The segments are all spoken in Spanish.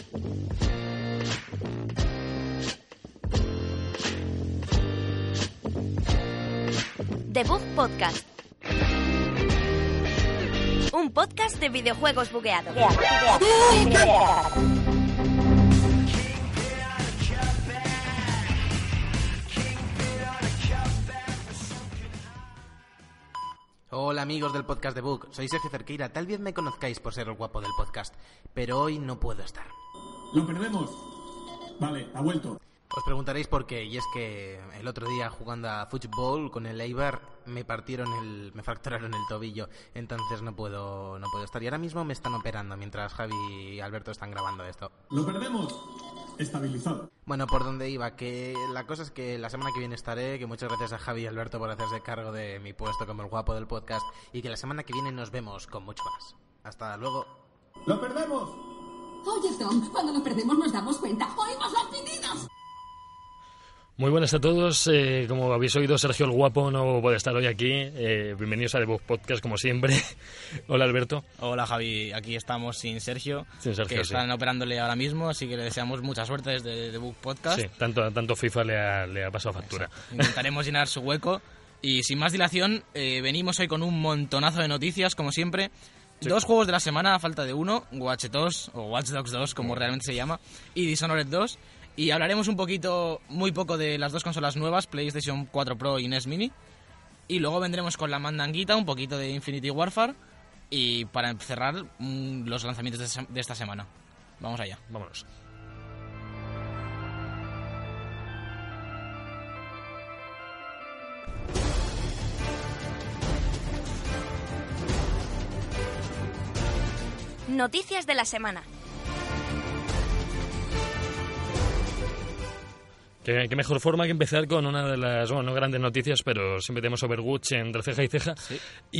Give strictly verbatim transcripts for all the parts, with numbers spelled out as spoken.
The Bug Podcast. Un podcast de videojuegos bugueados. Hola amigos del podcast de Bug, soy Sergio Cerqueira. Tal vez me conozcáis por ser el guapo del podcast, pero hoy no puedo estar. ¡Lo perdemos! Vale, ha vuelto. Os preguntaréis por qué, y es que el otro día jugando a fútbol con el Eibar me partieron el, me fracturaron el tobillo, entonces no puedo, no puedo estar. Y ahora mismo me están operando mientras Javi y Alberto están grabando esto. ¡Lo perdemos! Estabilizado. Bueno, por donde iba, que la cosa es que la semana que viene estaré, que muchas gracias a Javi y Alberto por hacerse cargo de mi puesto como el guapo del podcast, y que la semana que viene nos vemos con mucho más. Hasta luego. ¡Lo perdemos! Oye, Tom, cuando lo perdemos nos damos cuenta. ¡Oímos los pitidos! Muy buenas a todos, eh, como habéis oído, Sergio el Guapo no puede estar hoy aquí. Eh, bienvenidos a The Bug Podcast, como siempre. Hola, Alberto. Hola, Javi. Aquí estamos sin Sergio, sin Sergio que sí. Están operándole ahora mismo, así que le deseamos mucha suerte desde The Bug Podcast. Sí, tanto, tanto FIFA le ha, le ha pasado factura. Exacto. Intentaremos llenar su hueco. Y sin más dilación, eh, venimos hoy con un montonazo de noticias, como siempre. Sí. Dos juegos de la semana, a falta de uno, Watch dos, o Watch Dogs dos, como realmente se llama, y Dishonored dos. Y hablaremos un poquito, muy poco, de las dos consolas nuevas, PlayStation cuatro Pro y N E S Mini. Y luego vendremos con la mandanguita, un poquito de Infinity Warfare. Y para cerrar, mmm, los lanzamientos de esta semana. Vamos allá. Vámonos. Noticias de la semana. ¿Qué, qué mejor forma que empezar con una de las, bueno, no grandes noticias, pero siempre tenemos Overwatch entre ceja y ceja. ¿Sí?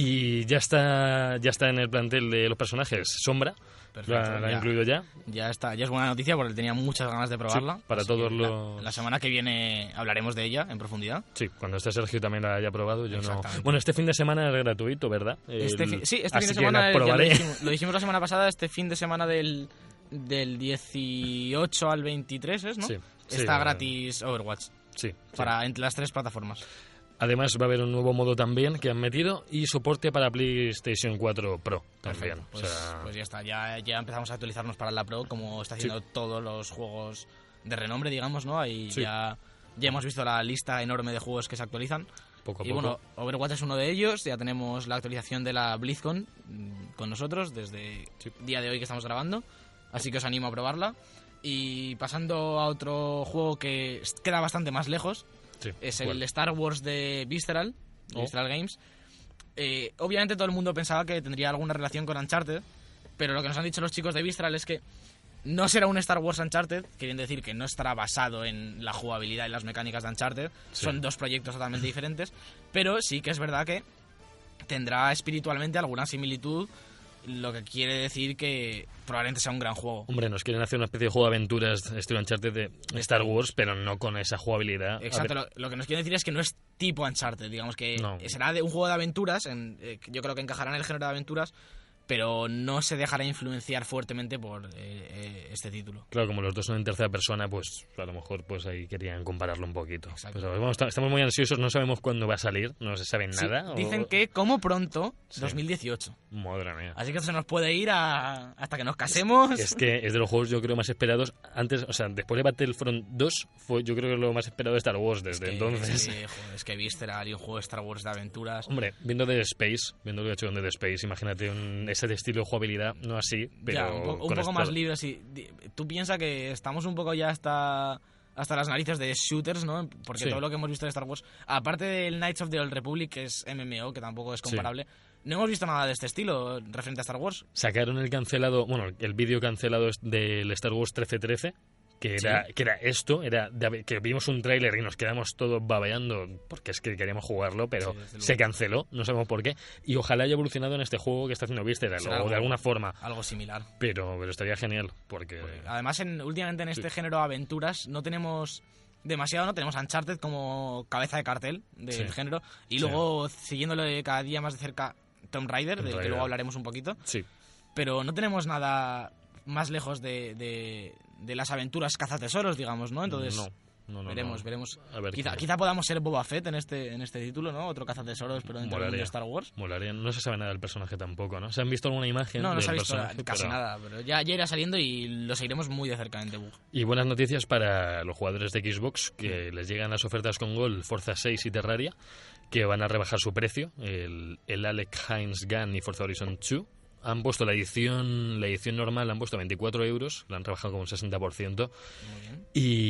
Y ya está ya está en el plantel de los personajes Sombra. Perfecto, la, la ha incluido ya. Ya está, ya es buena noticia porque tenía muchas ganas de probarla. Sí, para todos los... La, la semana que viene hablaremos de ella en profundidad. Sí, cuando esté Sergio también la haya probado. Yo no. Bueno, este fin de semana es gratuito, ¿verdad? Este el... fi... Sí, este Así fin de semana lo, ya lo, dijimos, lo dijimos la semana pasada, este fin de semana del, del dieciocho al veintitrés, ¿es, no? Sí. Está sí, gratis Overwatch. Sí. Para sí. entre las tres plataformas. Además va a haber un nuevo modo también que han metido y soporte para PlayStation cuatro Pro también. Perfecto, pues, o sea... pues ya está, ya, ya empezamos a actualizarnos para la Pro, como está haciendo sí. todos los juegos de renombre, digamos, ¿no? Ahí sí. ya, ya hemos visto la lista enorme de juegos que se actualizan. Poco a y poco. bueno, Overwatch es uno de ellos, ya tenemos la actualización de la BlizzCon con nosotros desde sí. el día de hoy que estamos grabando, así que os animo a probarla. Y pasando a otro juego que queda bastante más lejos, sí, es el bueno. Star Wars de Visceral, de oh. Visceral Games. Eh, obviamente todo el mundo pensaba que tendría alguna relación con Uncharted, pero lo que nos han dicho los chicos de Visceral es que no será un Star Wars Uncharted, queriendo decir que no estará basado en la jugabilidad y las mecánicas de Uncharted, sí. son dos proyectos totalmente diferentes, pero sí que es verdad que tendrá espiritualmente alguna similitud, lo que quiere decir que probablemente sea un gran juego. Hombre, nos quieren hacer una especie de juego de aventuras estilo Uncharted de Star Wars, pero no con esa jugabilidad. Exacto, lo, lo que nos quieren decir es que no es tipo Uncharted, digamos que no. será de un juego de aventuras, en, eh, yo creo que encajará en el género de aventuras, pero no se dejará influenciar fuertemente por eh, eh, este título. Claro, como los dos son en tercera persona, pues a lo mejor pues ahí querían compararlo un poquito. Pues, bueno, estamos muy ansiosos, no sabemos cuándo va a salir, no se sabe sí, nada. Dicen o... que como pronto, sí. dos mil dieciocho. Madre mía. Así que se nos puede ir a... hasta que nos casemos. Es, es que es de los juegos yo creo más esperados antes, o sea, después de Battlefront dos fue yo creo que lo más esperado de Star Wars desde es que, entonces. Sí, joder, es que Visceral y un juego de Star Wars de aventuras. Hombre, viendo Dead Space, viendo lo que ha hecho con Dead Space, imagínate un, ese estilo de jugabilidad. No así, pero ya, un, po- un poco esto... más libre, sí. Tú piensas que estamos un poco ya hasta hasta las narices de shooters, ¿no? Porque sí. todo lo que hemos visto de Star Wars, aparte del Knights of the Old Republic, que es M M O, que tampoco es comparable, sí. no hemos visto nada de este estilo referente a Star Wars. Sacaron el cancelado, bueno, el vídeo cancelado del Star Wars trece trece, que era, ¿sí? que era esto, era de, que vimos un tráiler y nos quedamos todos babeando porque es que queríamos jugarlo, pero sí, se canceló, no sabemos por qué, y ojalá haya evolucionado en este juego que está haciendo Visceral, o algo, de alguna forma. Algo similar. Pero, pero estaría genial, porque... porque además, en, últimamente en este sí. género de aventuras no tenemos demasiado, ¿no? Tenemos Uncharted como cabeza de cartel del sí. género, y luego, sí. siguiéndolo cada día más de cerca, Tomb Raider, Tomb del Raider. que luego hablaremos un poquito. Sí. Pero no tenemos nada más lejos de, de, de las aventuras cazatesoros, digamos, ¿no? Entonces... No. No, no, veremos, no. veremos. A ver, quizá, qué- quizá podamos ser Boba Fett en este en este título, ¿no? Otro cazatesoros, pero dentro del mundo de Star Wars. Molaría. No se sabe nada del personaje tampoco, ¿no? ¿Se han visto alguna imagen No, no del se ha visto personaje? casi Pero- nada, pero ya, ya irá saliendo y lo seguiremos muy de cerca en debug. Y buenas noticias para los jugadores de Xbox, que les llegan las ofertas con Gold, Forza seis y Terraria, que van a rebajar su precio. El, el Alex Hines Gun y Forza Horizon dos han puesto la edición la edición normal, la han puesto veinticuatro euros, la han rebajado como un sesenta por ciento. Muy bien.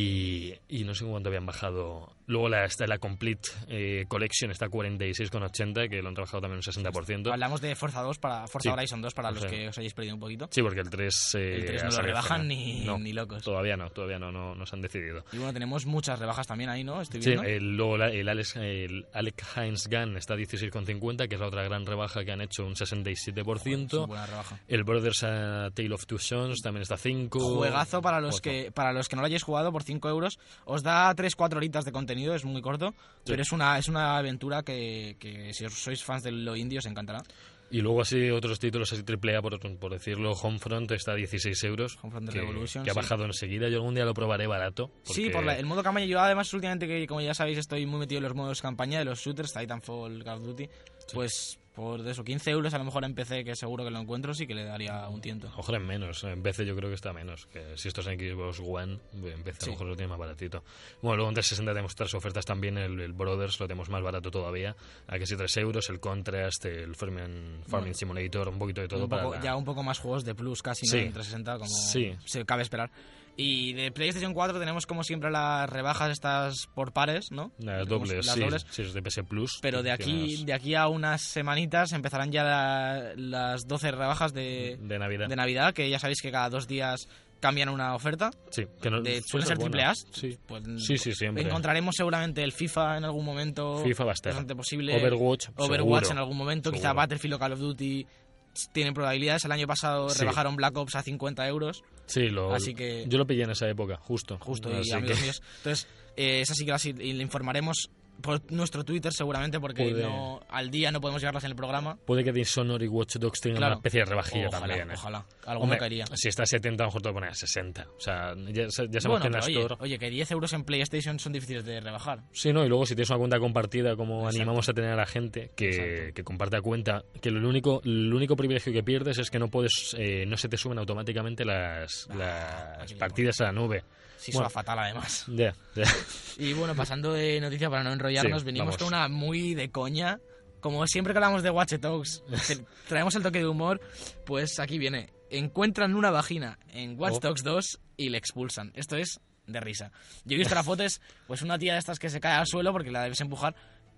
Y, y no sé cuánto habían bajado. Luego la, está la Complete eh, Collection, está a cuarenta y seis con ochenta, que lo han trabajado también un sesenta por ciento. Hablamos de Forza dos para Forza Sí. Horizon dos para O los sea, que os hayáis perdido un poquito. Sí, porque el tres... eh, El tres ha no lo salido rebajan genial. ni, No, ni locos. Todavía no, todavía no, no, no se han decidido. Y bueno, tenemos muchas rebajas también ahí, ¿no? Estoy Sí, viendo. el, luego la- el, Alex, el Alex Hines Gun está a dieciséis con cincuenta, que es la otra gran rebaja que han hecho, un sesenta y siete por Es ciento. una buena rebaja. El Brothers a Tale of Two Sons también está a cinco. Juegazo para los Ojo. que para los que no lo hayáis jugado por cinco euros. Os da tres cuatro horitas de contenido, es muy corto, pero es una es una aventura que, que si os sois fans de lo indie os encantará. Y luego así otros títulos así triple A, por, por decirlo, Homefront está a dieciséis euros. Homefront que, Revolution, que ha sí. bajado enseguida. Yo algún día lo probaré barato. Sí, porque- por la- el modo campaña. Yo además últimamente, que como ya sabéis, estoy muy metido en los modos campaña de los shooters, Titanfall, Call of Duty, pues por de eso, quince euros a lo mejor en P C, que seguro que lo encuentro, sí que le daría un tiento. Ojalá en menos, en P C yo creo que está menos. Que si esto es en Xbox One, en P C a Sí. lo mejor lo tiene más baratito. Bueno, luego en trescientos sesenta tenemos otras ofertas también. El, el Brothers lo tenemos más barato todavía. A que sí, tres euros. El Contrast, el Farming, Farming Bueno. Simulator, un poquito de todo Un para poco- la- Ya un poco más juegos de plus casi, ¿no? Sí. En trescientos sesenta, como Sí. se cabe esperar. Y de PlayStation cuatro tenemos como siempre las rebajas estas por pares, ¿no? Las Tenemos dobles, las sí, dobles. sí, es de P S Plus. Pero de aquí, tienes de aquí a unas semanitas empezarán ya la- las doce rebajas de, de Navidad. de Navidad, que ya sabéis que cada dos días cambian una oferta. Sí, que no, De, suele suelen ser buena. triple A's. Sí. Pues, Sí, sí, siempre. Encontraremos seguramente el FIFA en algún momento. FIFA va a estar. Bastante posible. Overwatch, Overwatch seguro. en algún momento. Quizá Seguro. Battlefield o Call of Duty tienen probabilidades. El año pasado Sí. rebajaron Black Ops a cincuenta euros. Sí, lo, Así que- yo lo pillé en esa época, justo. Justo, Así y amigos que- míos. Entonces, eh, esa sí que las- y le informaremos por nuestro Twitter seguramente, porque Puede- no al día no podemos llevarlas en el programa. Puede que Dishonored y Watch Dogs tengan Claro. una especie de rebajilla Ojalá, también. ¿eh? ojalá. Alguno Hombre, caería. si está a setenta, a lo mejor te lo pones a sesenta. O sea, ya, ya sabemos Bueno, que en la pero oye, Store... oye, que diez euros en PlayStation son difíciles de rebajar. Sí, ¿no? Y luego si tienes una cuenta compartida, como Exacto. animamos a tener a la gente que, Exacto. que comparta cuenta, que lo único, el único privilegio que pierdes es que no puedes, eh, no se te suben automáticamente las, Ah, las aquí partidas a la nube. Sí, Bueno. suena fatal además. Ya, ya. Y bueno, pasando de noticia para no enrollarnos, Sí, venimos vamos. con una muy de coña. Como siempre que hablamos de Watch Dogs, te- traemos el toque de humor, pues aquí viene. Encuentran una vagina en Watch Oh. Dogs dos y le expulsan. Esto es de risa. Yo he visto la foto, es pues una tía de estas que se cae al suelo porque la debes empujar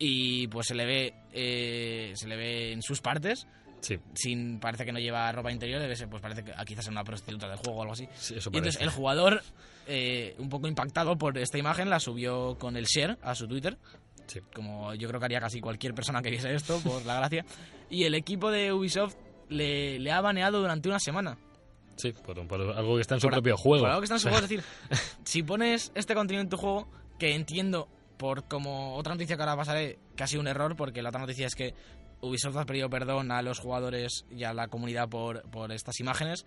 y pues se le ve eh, se le ve en sus partes. Sí, Sin, parece que no lleva ropa interior, debe ser, pues parece que ah, quizás es una prostituta del juego o algo así. sí, eso Y entonces parece. el jugador, eh, un poco impactado por esta imagen, la subió con el share a su Twitter, Sí. como yo creo que haría casi cualquier persona que viese esto, por la gracia. Y el equipo de Ubisoft le, le ha baneado durante una semana. Sí, por, por algo que está en su Por- propio juego. Por algo que está en su O sea, juego, es decir, si pones este contenido en tu juego, que entiendo, por como otra noticia que ahora pasaré, que ha sido un error, porque la otra noticia es que Ubisoft ha pedido perdón a los jugadores y a la comunidad por, por estas imágenes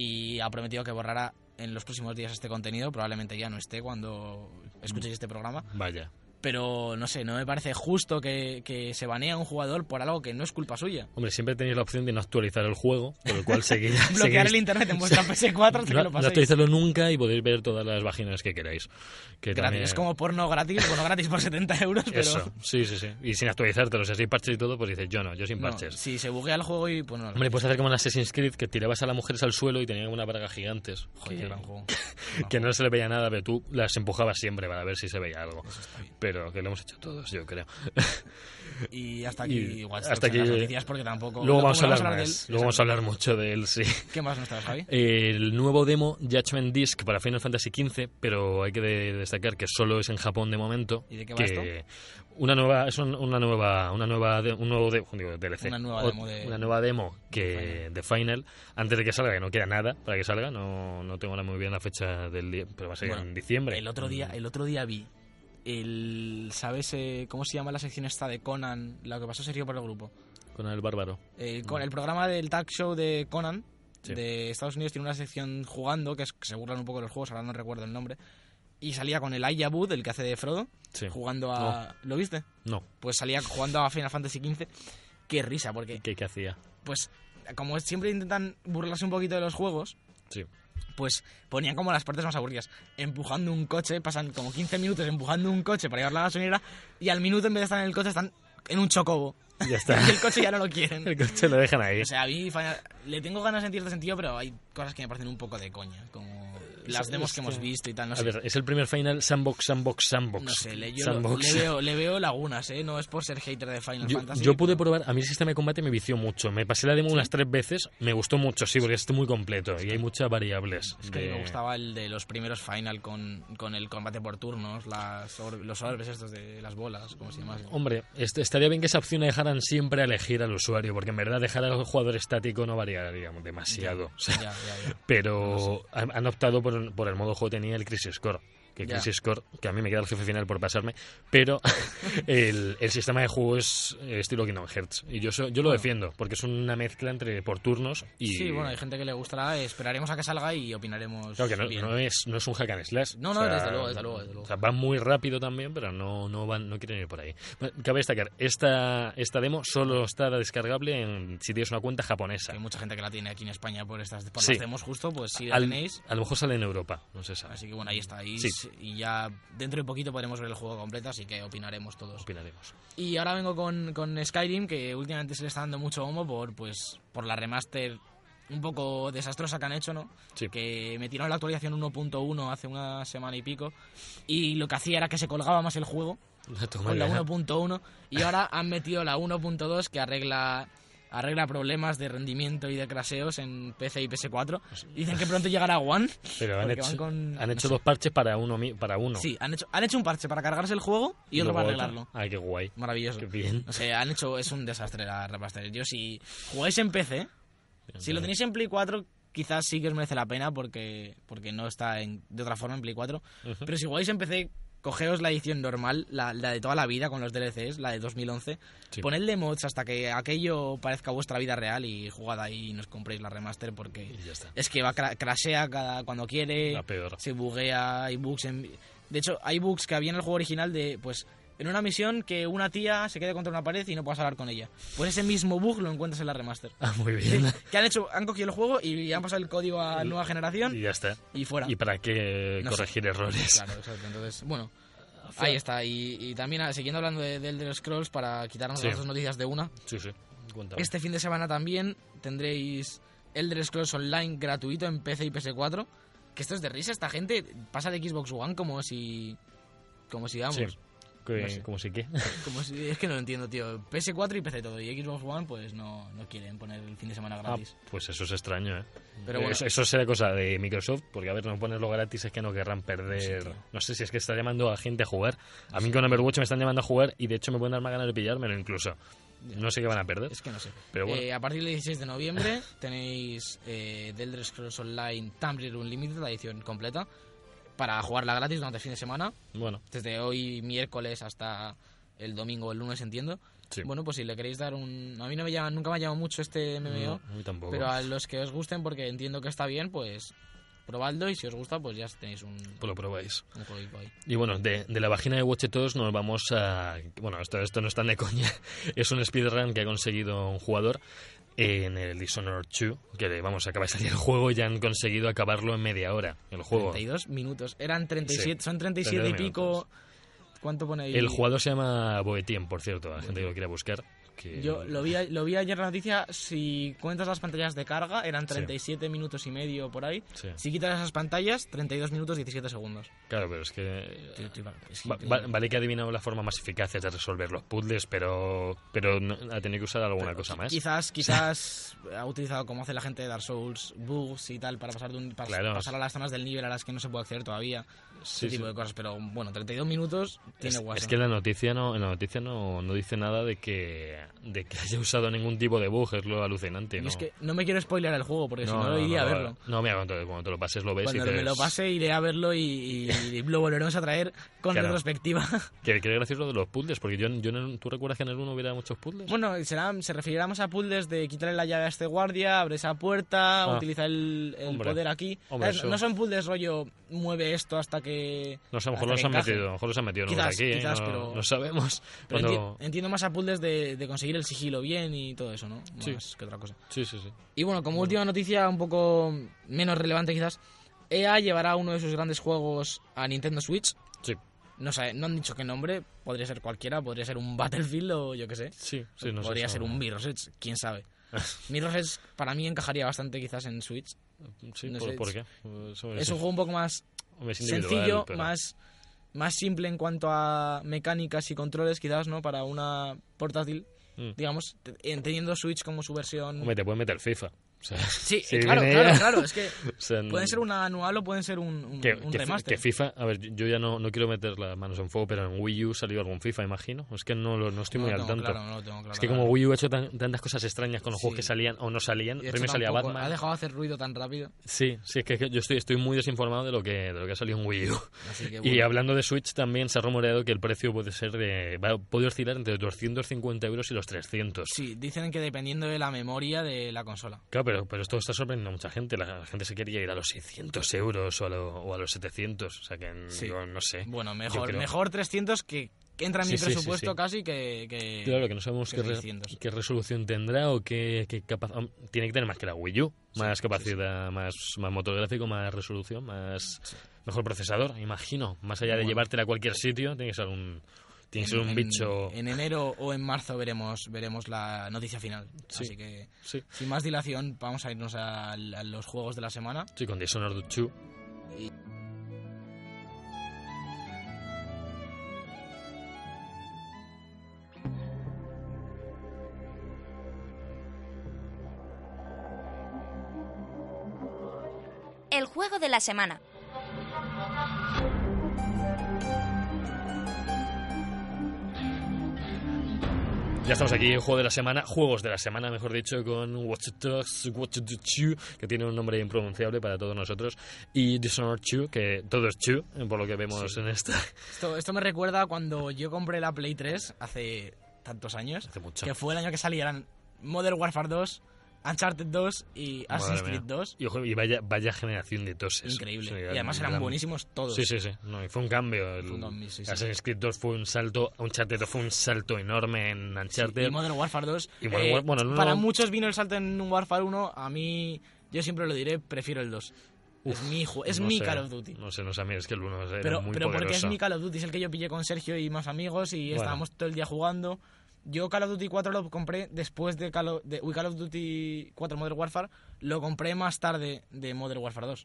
y ha prometido que borrará en los próximos días este contenido, probablemente ya no esté cuando escuchéis este programa. Vaya. Pero no sé, no me parece justo que, que se banee a un jugador por algo que no es culpa suya. Hombre, siempre tenéis la opción de no actualizar el juego, por lo cual seguir, Bloquear seguís- el internet en vuestra P S cuatro hasta no, que lo no paséis. actualizarlo nunca y podéis ver todas las vaginas que queráis. Que Gratis. también- Es como porno gratis, bueno, gratis por setenta euros, pero... Eso, sí, sí, sí. Y sin actualizártelo, o sea, si hay parches y todo, pues dices, yo no, yo sin No, parches. si se buguea el juego y pues no. Hombre, puedes hacer como en Assassin's Creed, que tirabas a las mujeres al suelo y tenían una braga gigantes. Joder, que, gran juego. que no se le veía nada, pero tú las empujabas siempre para ver si se veía algo. Eso está bien. Pero que lo hemos hecho todos, yo creo. Y hasta aquí Y Watch hasta Dogs en las aquí- noticias porque tampoco... Luego vamos a como hablar de más. él, Luego vamos a hablar mucho de él, sí. ¿Qué más nos traes, Javi? El nuevo demo Judgment Disc para Final Fantasy quince, pero hay que de- destacar que solo es en Japón de momento. ¿Y de qué va que Una nueva, es un- una nueva, una nueva, de- un nuevo de- digo, D L C. Una nueva O- demo de- una nueva demo que de Final, antes de que salga, que no queda nada para que salga. No, no tengo ahora muy bien la fecha del día, pero va a ser Bueno, en diciembre. El otro día, el otro día vi el... ¿Sabes eh, cómo se llama la sección esta de Conan? Lo que pasó serio por el grupo. Con el bárbaro. Eh, con el programa del talk show de Conan, sí. de Estados Unidos tiene una sección jugando, que, es, que se burlan un poco de los juegos, ahora no recuerdo el nombre, y salía con el Elijah Wood, el que hace de Frodo, sí. jugando a... No. ¿Lo viste? No. Pues salía jugando a Final Fantasy quince. Qué risa, porque... ¿Qué, qué hacía? Pues como siempre intentan burlarse un poquito de los juegos... Sí. Pues ponían como las partes más aburridas. Empujando un coche, pasan como quince minutos empujando un coche para llevar la gasolinera y al minuto en vez de estar en el coche están en un chocobo. Ya está. Y el coche ya no lo quieren. El coche lo dejan ahí. O sea, a mí Final... le tengo ganas en cierto sentido, pero hay cosas que me parecen un poco de coña, como las demos que hemos visto y tal, no sé. A ver, es el primer Final Sandbox, Sandbox, Sandbox. No sé, le, yo Sandbox. Le, veo, le veo lagunas, ¿eh? No es por ser hater de Final yo, Fantasy. Yo pude probar, a mí el sistema de combate me vició mucho. Me pasé la demo ¿Sí? unas tres veces, me gustó mucho, sí, porque es muy completo y hay muchas variables. Es que de... me gustaba el de los primeros Final con, con el combate por turnos, las or, los orbes estos de las bolas, como se llama. Hombre, est estaría bien que esa opción la dejaran siempre a elegir al usuario, porque en verdad dejar al jugador estático no varía, digamos, demasiado. Ya, o sea, ya, ya, ya. Pero no sé. han, han optado por, por el modo juego tenía el Crisis Core. Que ya. Crisis Core, que a mí me queda el jefe final por pasarme, pero el, el sistema de juego es estilo Kingdom Hearts. Y yo, so, yo lo defiendo, porque es una mezcla entre por turnos y... Sí, bueno, hay gente que le gustará, esperaremos a que salga y opinaremos. Claro que no, bien. no, es, no es un hack and slash. No, no, o sea, desde luego, desde luego, desde luego. O sea, van muy rápido también, pero no, no, van, no quieren ir por ahí. Bueno, cabe destacar, esta, esta demo solo está descargable en, si tienes una cuenta japonesa. Hay mucha gente que la tiene aquí en España por estas por sí. las demos justo, pues si la Al, tenéis... A lo mejor sale en Europa, no se sabe. Así que bueno, ahí está. Y, sí. y ya... Dentro de poquito podremos ver el juego completo, así que opinaremos todos. Opinaremos. Y ahora vengo con, con Skyrim, que últimamente se le está dando mucho bombo por, pues, por la remaster un poco desastrosa que han hecho, ¿no? Sí. Que metieron la actualización uno punto uno hace una semana y pico, y lo que hacía era que se colgaba más el juego con la uno punto uno, y ahora han metido la uno punto dos que arregla... arregla problemas de rendimiento y de crasheos en P C y P S cuatro. Dicen que pronto llegará One. Pero han hecho, con, han no hecho sé. dos parches para uno, para uno. Sí, han hecho, han hecho un parche para cargarse el juego y otro para arreglarlo. Ay, qué guay. Maravilloso. Qué bien. O sea, han hecho, es un desastre la remaster. Yo, si jugáis en P C, bien, si bien. Lo tenéis en Play cuatro, quizás sí que os merece la pena porque, porque no está en, de otra forma en Play cuatro. Uh-huh. Pero si jugáis en P C, cogeos la edición normal, la, la de toda la vida con los D L Cs, la de dos mil once. Sí. Ponedle mods hasta que aquello parezca vuestra vida real y jugad ahí y no os compréis la remaster porque es que va cra crashea cada, cuando quiere, la peor. Se buguea, hay bugs. En... De hecho, hay bugs que había en el juego original de, pues, en una misión que una tía se quede contra una pared y no puedas hablar con ella. Pues ese mismo bug lo encuentras en la remaster. Ah, muy bien. Sí, que han hecho, han cogido el juego y han pasado el código a nueva generación. Y ya está. Y fuera. ¿Y para qué no corregir sé. errores? Claro, exacto. Entonces, bueno, ahí está. Y, y también, siguiendo hablando de, de Elder Scrolls, para quitarnos sí. las dos noticias de una. Sí, sí. Cuéntame. Este fin de semana también tendréis Elder Scrolls Online gratuito en P C y P S cuatro. Que esto es de risa. Esta gente pasa de Xbox One como si... Como si, vamos... Sí. No sé. ¿Cómo si qué? Como si, es que no lo entiendo, tío. P S cuatro y P C todo. Y Xbox One, pues no, no quieren poner el fin de semana gratis. Ah, pues eso es extraño, ¿eh? Pero bueno. Eso, eso será cosa de Microsoft, porque a ver, no ponerlo gratis es que no querrán perder... Sí, no sé si es que está llamando a gente a jugar. A mí sí. Con Overwatch me están llamando a jugar y de hecho me pueden dar más ganas de pillármelo incluso. No sé qué van a perder. Es que no sé. Pero bueno. Eh, a partir del dieciséis de noviembre tenéis eh, The Elder Scrolls Online Tumblr Unlimited, la edición completa, para jugarla gratis durante el fin de semana. Bueno. Desde hoy miércoles hasta el domingo o el lunes, entiendo. Sí. Bueno, pues si le queréis dar un... A mí no me llama, nunca me ha llamado mucho este M M O. No, a mí tampoco. Pero a los que os gusten, porque entiendo que está bien, pues probadlo y si os gusta, pues ya tenéis un... Pues lo probáis. Un jueguito ahí. Y bueno, de, de la página de Watchetos nos vamos a... Bueno, esto, esto no es tan de coña. Es un speedrun que ha conseguido un jugador en el Dishonored dos, que vamos, acaba de salir el juego y ya han conseguido acabarlo en media hora, el juego. treinta y dos minutos. Eran treinta y siete, sí, son treinta y siete y pico... Minutos. ¿Cuánto pone ahí? El jugador se llama Boetien, por cierto, a la gente que lo quiera buscar. Que... Yo lo vi, lo vi ayer en la noticia, si cuentas las pantallas de carga, eran treinta y siete sí. minutos y medio por ahí. Sí. Si quitas esas pantallas, treinta y dos minutos y diecisiete segundos. Claro, pero es que... Tío, tío, es que va, va, vale que ha adivinado la forma más eficaz de resolver los puzzles, pero pero no, ha tenido que usar alguna pero cosa más. Quizás quizás ha utilizado, como hace la gente de Dark Souls, bugs y tal, para pasar, de un, para claro. pasar a las zonas del nivel a las que no se puede acceder todavía. Sí, ese tipo sí. de cosas, pero bueno, treinta y dos minutos tiene es, guasa. Es que la noticia no, en la noticia no, no dice nada de que de que haya usado ningún tipo de bug, es lo alucinante. Y ¿no? es que no me quiero spoilear el juego, porque no, si no, no, no iría no, a verlo. No, mira, cuando, cuando te lo pases lo ves Cuando y dices, me lo pase iré a verlo y, y, y lo volveremos a traer con Claro. retrospectiva. Que, que gracioso lo de los puzzles, porque yo, yo no- ¿tú recuerdas que en el uno hubiera muchos puzzles? Bueno, será, se referirá más a puzzles de quitarle la llave a este guardia, abre esa puerta, Ah. utiliza el, el Hombre. poder aquí. Hombre, ¿Sabes? eso- No son puzzles rollo, mueve esto hasta que... No sé, a lo hasta mejor los que han encaje. metido, a lo mejor los han metido en Quizás, aquí, ¿eh? quizás, no, pero- no sabemos. Pero Cuando... enti- entiendo más a puzzles de, de conseguir el sigilo bien y todo eso, ¿no? Sí. Más que otra cosa. Sí, sí, sí. Y bueno, como última noticia, un poco menos relevante quizás, E A llevará uno de sus grandes juegos a Nintendo Switch. Sí, No sé, no han dicho qué nombre, podría ser cualquiera, podría ser un Battlefield o yo qué sé. sí, sí, no sé, podría eso- ser un Mirror's Edge, quién sabe. Mirror's Edge para mí encajaría bastante quizás en Switch. Sí, no ¿por, sé, por es- qué? Eso Es un juego un poco más hombre, es individual, sencillo, pero- más, más simple en cuanto a mecánicas y controles quizás, ¿no? Para una portátil, Mm. digamos, te- teniendo Switch como su versión... Hombre, te puedes meter FIFA. O sea, Sí, si claro, viene claro, ella- claro, es que o sea, pueden ser una anual o pueden ser un, un, que, un que, remaster. que FIFA, a ver, yo ya no, no quiero meter las manos en fuego, pero en Wii U salió algún FIFA, imagino. Es que no, lo- no estoy No muy lo al tengo tanto. claro, no lo tengo claro, es que claro. como Wii U ha hecho tan- tantas cosas extrañas con los Sí. juegos que salían o no salían, Y esto primero salía tampoco- Batman. Ha dejado de hacer ruido tan rápido. Sí, sí, es que, que yo estoy, estoy muy desinformado de lo que de lo que ha salido en Wii U. Así que, Y bueno. hablando de Switch, también se ha rumoreado que el precio puede ser de, va, puede oscilar entre doscientos cincuenta euros y los trescientos. Sí, dicen que dependiendo de la memoria de la consola. Claro, pero, pero esto está sorprendiendo a mucha gente. La, la gente se quería ir a los seiscientos euros o a, lo- o a los setecientos. O sea que Sí. yo no sé. Bueno, Yo mejor, creo- mejor trescientos que, que entra en Sí, mi sí, sí, presupuesto sí. casi que, que... Claro, que no sabemos que qué, re- seiscientos. qué resolución tendrá o qué, qué capacidad. Tiene que tener más que la Wii U. Más sí, capacidad, Más, más motor gráfico, más resolución, más mejor procesador, imagino. Más allá de Bueno. llevártela a cualquier sitio, tiene que ser un, tiene que ser un en, bicho. En enero o en marzo veremos veremos la noticia final. Sí. Así que, Sí, sin más dilación, vamos a irnos a, a los juegos de la semana. sí, con Dishonored dos. El juego de la semana. Ya estamos aquí, juego de la semana, juegos de la semana, mejor dicho, con Watch Dogs, Watch Dogs dos, que tiene un nombre impronunciable para todos nosotros, y Dishonored dos, que todo es two, por lo que vemos en esta. Esto, esto me recuerda cuando yo compré la Play tres hace tantos años, Hace mucho. que fue el año que salieran Modern Warfare dos, Uncharted dos y Assassin's Madre Creed mía. dos. Y, ojo, y vaya, vaya generación de toses. Increíble. Sí, Y además eran gran- buenísimos todos. Sí, sí, sí. No, y fue un cambio. El Fue un cambio, sí, sí. Assassin's Creed dos fue un salto, Uncharted dos fue un salto enorme en Uncharted. Y Modern Warfare dos. Y Modern eh, War- bueno, el uno- Para muchos vino el salto en Warfare uno. A mí, yo siempre lo diré, prefiero el dos. es mi, ju- es no mi sé, Call of Duty. No sé, no sé, a mí es que el uno era Pero, muy pero porque es poderoso. mi Call of Duty, es el que yo pillé con Sergio y más amigos y Bueno. estábamos todo el día jugando. Yo Call of Duty cuatro lo compré después de Call of, de, uy, Call of Duty cuatro Modern Warfare, lo compré más tarde de Modern Warfare dos.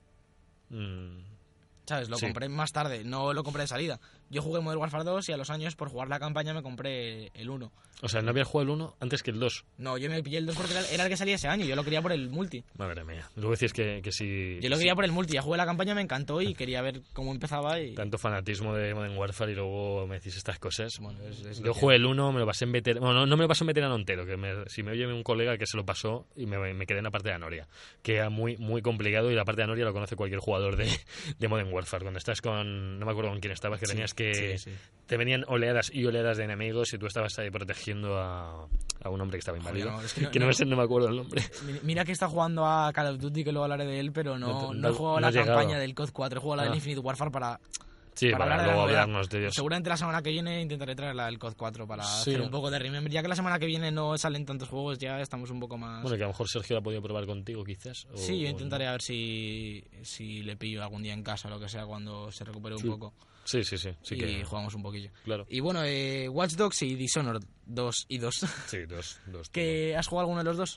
Mm, ¿Sabes? Lo Sí. compré más tarde, no lo compré de salida. Yo jugué Modern Warfare dos y a los años, por jugar la campaña, me compré el uno. o sea, no había jugado el uno antes que el dos. No, yo me pillé el dos porque era, era el que salía ese año, yo lo quería por el multi. Madre mía. Luego decís que, que si... Yo lo si quería por el multi, ya jugué la campaña, me encantó y quería ver cómo empezaba y... Tanto fanatismo de Modern Warfare y luego me decís estas cosas. Bueno, es- es lo Yo que- jugué el uno, me lo pasé en veterano. Bueno, no, no me lo pasé en veterano entero. Que me- si me oye un colega que se lo pasó y me, me quedé en la parte de Anoria. Que era muy, muy complicado y la parte de Anoria lo conoce cualquier jugador de, de Modern Warfare. Cuando estás con. No me acuerdo con quién estabas, que Sí, tenías que. sí, sí. Te venían oleadas y oleadas de enemigos y tú estabas ahí protegiendo a, a un hombre que estaba Joder, inválido. no, es que no- que no, no- me sé, no me acuerdo el nombre. Mi- Mira que está jugando a Call of Duty, que luego hablaré de él, pero no, No no, te- he no- jugado no la has llegado. campaña del C O D cuatro, he jugado la Ah. del Infinite Warfare para, Sí, para, para, hablar de la luego novedad. hablarnos de ellos. Seguramente la semana que viene intentaré traer la del C O D cuatro para Sí. hacer un poco de remember. Ya que la semana que viene no salen tantos juegos, ya estamos un poco más... Bueno, que a lo mejor Sergio la ha podido probar contigo, quizás. o- sí, yo o intentaré no. a ver si, si le pillo algún día en casa o lo que sea cuando se recupere un Sí. poco. Sí, sí, sí. sí y que, jugamos un poquillo. claro. Y bueno, eh, Watch Dogs y Dishonored dos y dos. Sí, dos. dos ¿Que has jugado alguno de los dos?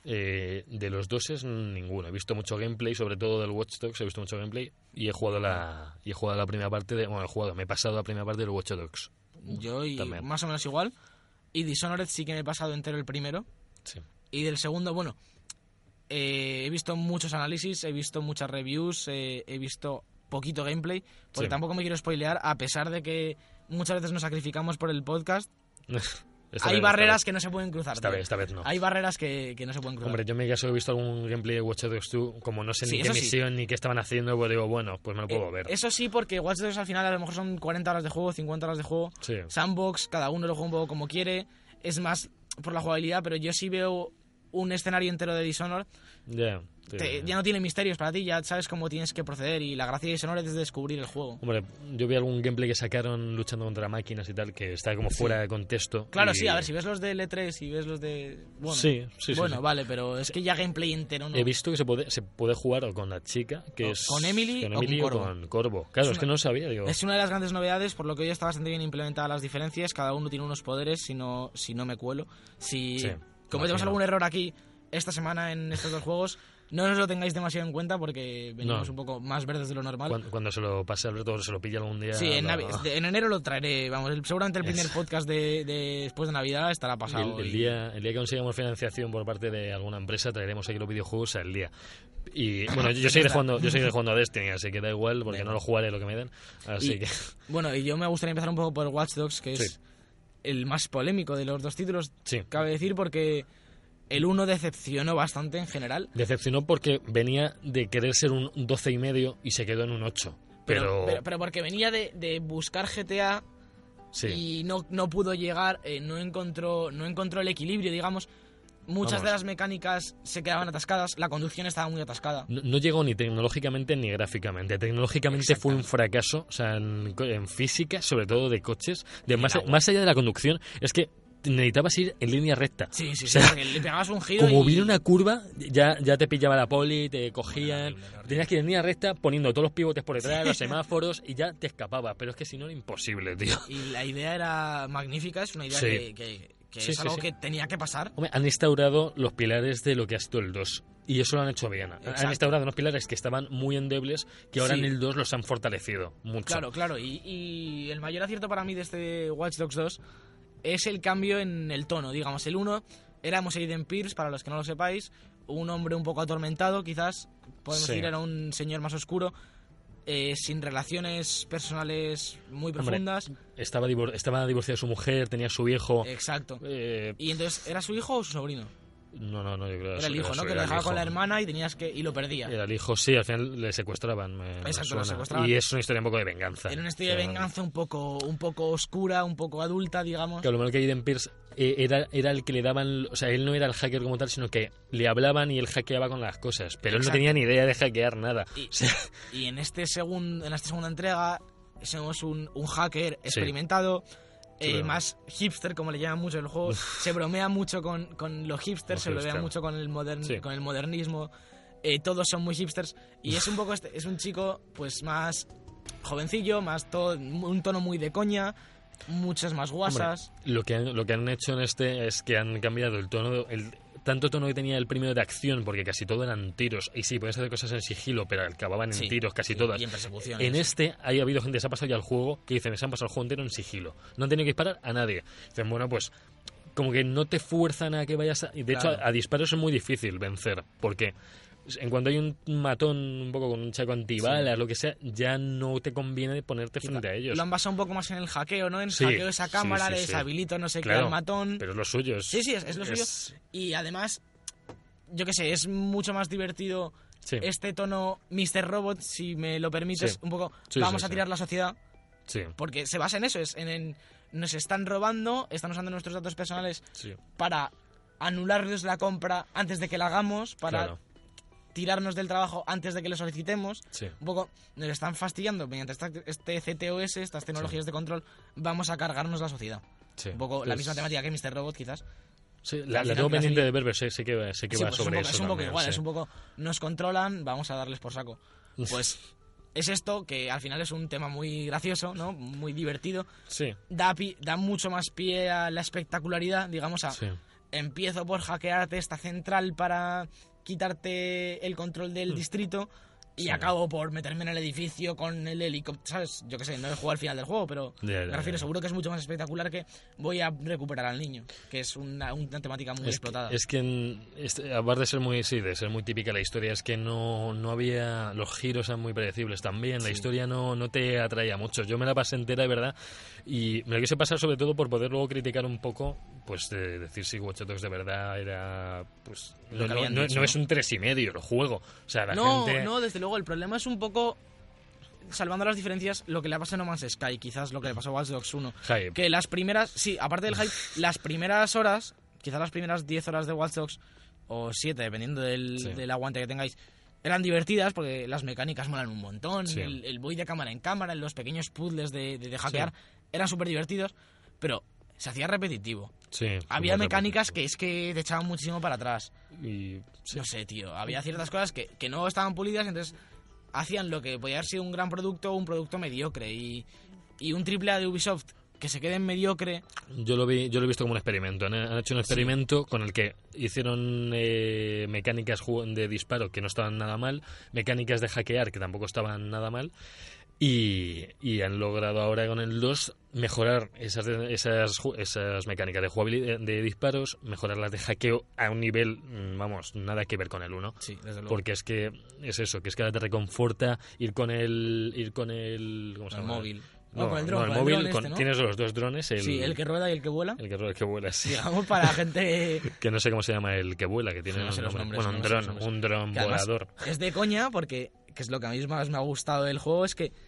Eh, de los dos es ninguno. He visto mucho gameplay, sobre todo del Watch Dogs, he visto mucho gameplay y he jugado la y he jugado la primera parte de, bueno, he jugado, me he pasado la primera parte del Watch Dogs. Yo y también. más o menos igual. Y Dishonored sí que me he pasado entero el primero. Sí. Y del segundo, bueno, eh, he visto muchos análisis, he visto muchas reviews, eh, he visto poquito gameplay, porque Sí. tampoco me quiero spoilear, a pesar de que muchas veces nos sacrificamos por el podcast. Esta hay vez, barreras esta que no se pueden cruzar. Esta tío. vez, esta vez no. Hay barreras que, que no se pueden cruzar. Hombre, yo en mi caso he visto algún gameplay de Watch Dogs dos, como no sé Sí, ni qué eso sí. misión ni qué estaban haciendo, pues digo, bueno, pues me lo puedo Eh, ver. Eso sí, porque Watch Dogs al final a lo mejor son cuarenta horas de juego, cincuenta horas de juego. Sí. Sandbox, cada uno lo juega un poco como quiere. Es más por la jugabilidad, pero yo sí veo un escenario entero de Dishonored. Ya. Sí. Te- ya no tiene misterios para ti, ya sabes cómo tienes que proceder. Y la gracia de Dishonored es descubrir el juego. Hombre, yo vi algún gameplay que sacaron luchando contra máquinas y tal, que está como fuera de contexto. Claro, y- sí, a ver, si ves los de L tres y ves los de... Bueno, Sí, sí, sí, Bueno, sí. vale, pero es que ya gameplay entero no... He visto que se puede, se puede jugar o con la chica, que O es... con Emily con o con Emily Corvo. con Corvo. Claro, Es es, que una- no sabía, digo. Es una de las grandes novedades, por lo que hoy está bastante bien implementadas las diferencias. Cada uno tiene unos poderes, si no, si no me cuelo. Si Sí, cometemos imagino. algún error aquí esta semana en estos dos juegos, no nos lo tengáis demasiado en cuenta porque venimos No. un poco más verdes de lo normal. Cuando, cuando se lo pase Alberto, se lo pilla algún día. Sí, en, lo- Navi- de- en enero lo traeré. Vamos, el- seguramente el primer Es- podcast de, de después de Navidad estará pasado. El, el y- día, el día que consigamos financiación por parte de alguna empresa, traeremos aquí los videojuegos al día. Y bueno, yo, yo seguiré jugando, yo seguiré jugando a Destiny, así que da igual, porque no lo jugaré lo que me den. Así Y- que. Bueno, y yo me gustaría empezar un poco por Watch Dogs, que es Sí. el más polémico de los dos títulos, Sí. cabe decir, porque el uno decepcionó bastante en general. Decepcionó porque venía de querer ser un doce y medio y se quedó en un ocho. Pero, pero, pero porque venía de, de buscar G T A sí. y no, no pudo llegar, eh, no encontró no encontró el equilibrio, digamos. Muchas Vamos. de las mecánicas se quedaban atascadas, la conducción estaba muy atascada. No, no llegó ni tecnológicamente ni gráficamente. Tecnológicamente fue un fracaso, o sea, en, en física, sobre todo de coches. De más, más allá de la conducción, es que necesitabas ir en línea recta. Sí, sí, O sí, sea, porque le pegabas un giro Como y... vino una curva, ya, ya te pillaba la poli, te cogían. Tenías que ir en línea recta poniendo todos los pivotes por detrás, los semáforos y ya te escapabas. Pero es que si no era imposible, tío. Y la idea era magnífica, es una idea Sí. que, que- que Sí, es sí, algo sí. que tenía que pasar. Hombre, han instaurado los pilares de lo que ha sido el dos. Y eso lo han hecho bien. Exacto. Han instaurado unos pilares que estaban muy endebles, que ahora Sí. en el dos los han fortalecido mucho. Claro, claro, y, y el mayor acierto para mí de este Watch Dogs dos es el cambio en el tono, digamos. El uno éramos Aiden Pierce, para los que no lo sepáis, un hombre un poco atormentado, quizás, podemos Sí. decir, era un señor más oscuro, eh, sin relaciones personales muy Hombre, profundas. Estaba, divor- estaba divorciada de su mujer, tenía su hijo. Exacto. Eh, Y entonces, ¿era su hijo o su sobrino? no, no, no, yo creo Era el hijo, su- ¿no? Que era lo el dejaba con hijo. la hermana y tenías que y lo perdía. Era el hijo, sí, al final le secuestraban. Me, me Exacto, lo suena. secuestraban. Y es una historia un poco de venganza. Era una historia de O sea, venganza un poco, un poco oscura, un poco adulta, digamos. Que a lo mejor que Aiden Pierce eh, era, era el que le daban. O sea, él no era el hacker como tal, sino que le hablaban y él hackeaba con las cosas. Pero él no Exacto. tenía ni idea de hackear nada. Y, O sea, y en este segun- en esta segunda entrega somos un, un hacker experimentado, eh, Claro. más hipster, como le llaman mucho en el juego. Se bromea mucho con, con los hipsters, Los se bromea hipster. mucho con el, modern, Sí. con el modernismo. Eh, todos son muy hipsters. Y es un poco este, es un chico pues más jovencillo, más todo, un tono muy de coña, muchas más guasas. Hombre, lo que han, lo que han hecho en este es que han cambiado el tono, el tanto tono que tenía el primero de acción, porque casi todo eran tiros, y sí, podías hacer cosas en sigilo, pero acababan en Sí, tiros casi sí, todas. y en persecuciones. En este ha habido gente que se ha pasado ya al juego, que dicen, se han pasado el juego entero en sigilo. No han tenido que disparar a nadie. Dicen, bueno, pues como que no te fuerzan a que vayas a... Y de Claro. hecho, a, a disparos es muy difícil vencer, porque en cuanto hay un matón un poco con un chaco antibalas, lo que sea, ya no te conviene ponerte frente a ellos. Lo han basado un poco más en el hackeo, ¿no? En Sí, hackeo esa sí, cámara, sí, le sí. deshabilito no sé qué Claro, al matón. Pero es lo suyo. Es, Sí, sí, es, es lo suyo. es- Y además, yo qué sé, es mucho más divertido Sí. este tono míster Robot, si me lo permites, Sí. un poco, Sí, vamos sí, a sí. tirar la sociedad, Sí, porque se basa en eso, es en, en- nos están robando, están usando nuestros datos personales sí. para anularnos la compra antes de que la hagamos, para Claro. tirarnos del trabajo antes de que lo solicitemos. Sí. Un poco nos están fastidiando mediante esta- este C T O S, estas tecnologías de control, vamos a cargarnos la sociedad. Sí. Un poco la Pues- misma temática que míster Robot, quizás. Sí, al la, la final tengo que la pendiente serie- de ver, pero sé, sé que, va- sé que Sí, va pues es un sobre poco, eso es un poco también, igual, sí. es un poco nos controlan, vamos a darles por saco. Pues es esto, que al final es un tema muy gracioso, ¿no? Muy divertido. Sí, Da, pi- da mucho más pie a la espectacularidad, digamos, a sí. empiezo por hackearte esta central para quitarte el control Hmm. del distrito y sí. acabo por meterme en el edificio con el helicóptero, ¿sabes? Yo qué sé, no he jugado al final del juego, pero Ya, ya, me refiero, ya. seguro que es mucho más espectacular que voy a recuperar al niño, que es una, una temática muy Es explotada. que, es que en- este, aparte de ser muy sí, de ser muy típica la historia, es que no, no había, los giros eran muy predecibles también, la Sí. historia no, no te atraía mucho. Yo me la pasé entera, de verdad, y me la quise pasar sobre todo por poder luego criticar un poco, pues de decir si Watch Dogs de verdad era, pues Lo no, que no, habían no- dicho, no ¿no? es un tres y medio el juego, o sea, la no, gente no, desde luego, el problema es un poco, salvando las diferencias, lo que le ha pasado a No Man's Sky, quizás lo que le pasó a Watch Dogs uno. Hype. Que las primeras, sí, aparte del hype, las primeras horas, quizás las primeras diez horas de Watch Dogs, o siete, dependiendo del, Sí. del aguante que tengáis, eran divertidas porque las mecánicas molan un montón, Sí. el, el voy de cámara en cámara, los pequeños puzzles de, de, de hackear, eran súper divertidos, pero se hacía repetitivo. Sí, Había súper mecánicas que repetitivo. es que te echaban muchísimo para atrás. Y, sí. No sé, tío. Había ciertas cosas que, que no estaban pulidas, entonces hacían lo que podía haber sido un gran producto o un producto mediocre. Y, y un triple A de Ubisoft que se quede en mediocre. Yo lo vi, yo lo he visto como un experimento. Han, han hecho un experimento con el que hicieron eh, mecánicas ju- de disparo que no estaban nada mal, mecánicas de hackear que tampoco estaban nada mal, y, y han logrado ahora con el dos mejorar esas esas ju- esas mecánicas de jugabilidad de disparos, mejorarlas de hackeo a un nivel, mm, vamos, nada que ver con el uno. Sí, desde luego. Porque es que es eso, que es que ahora te reconforta ir con el ir con el ¿cómo se El llama? móvil. No, No, con el dron, no, el con el móvil, dron con- este, ¿no? tienes los dos drones, el, Sí, el que rueda y el que vuela. el que, el que vuela, sí. Digamos para gente Que no sé cómo se llama el que vuela, que tiene No sé un los nombre. nombres, Bueno, un no sé los dron, nombres. un dron que además volador. es de coña porque, que es lo que a mí más me ha gustado del juego, es que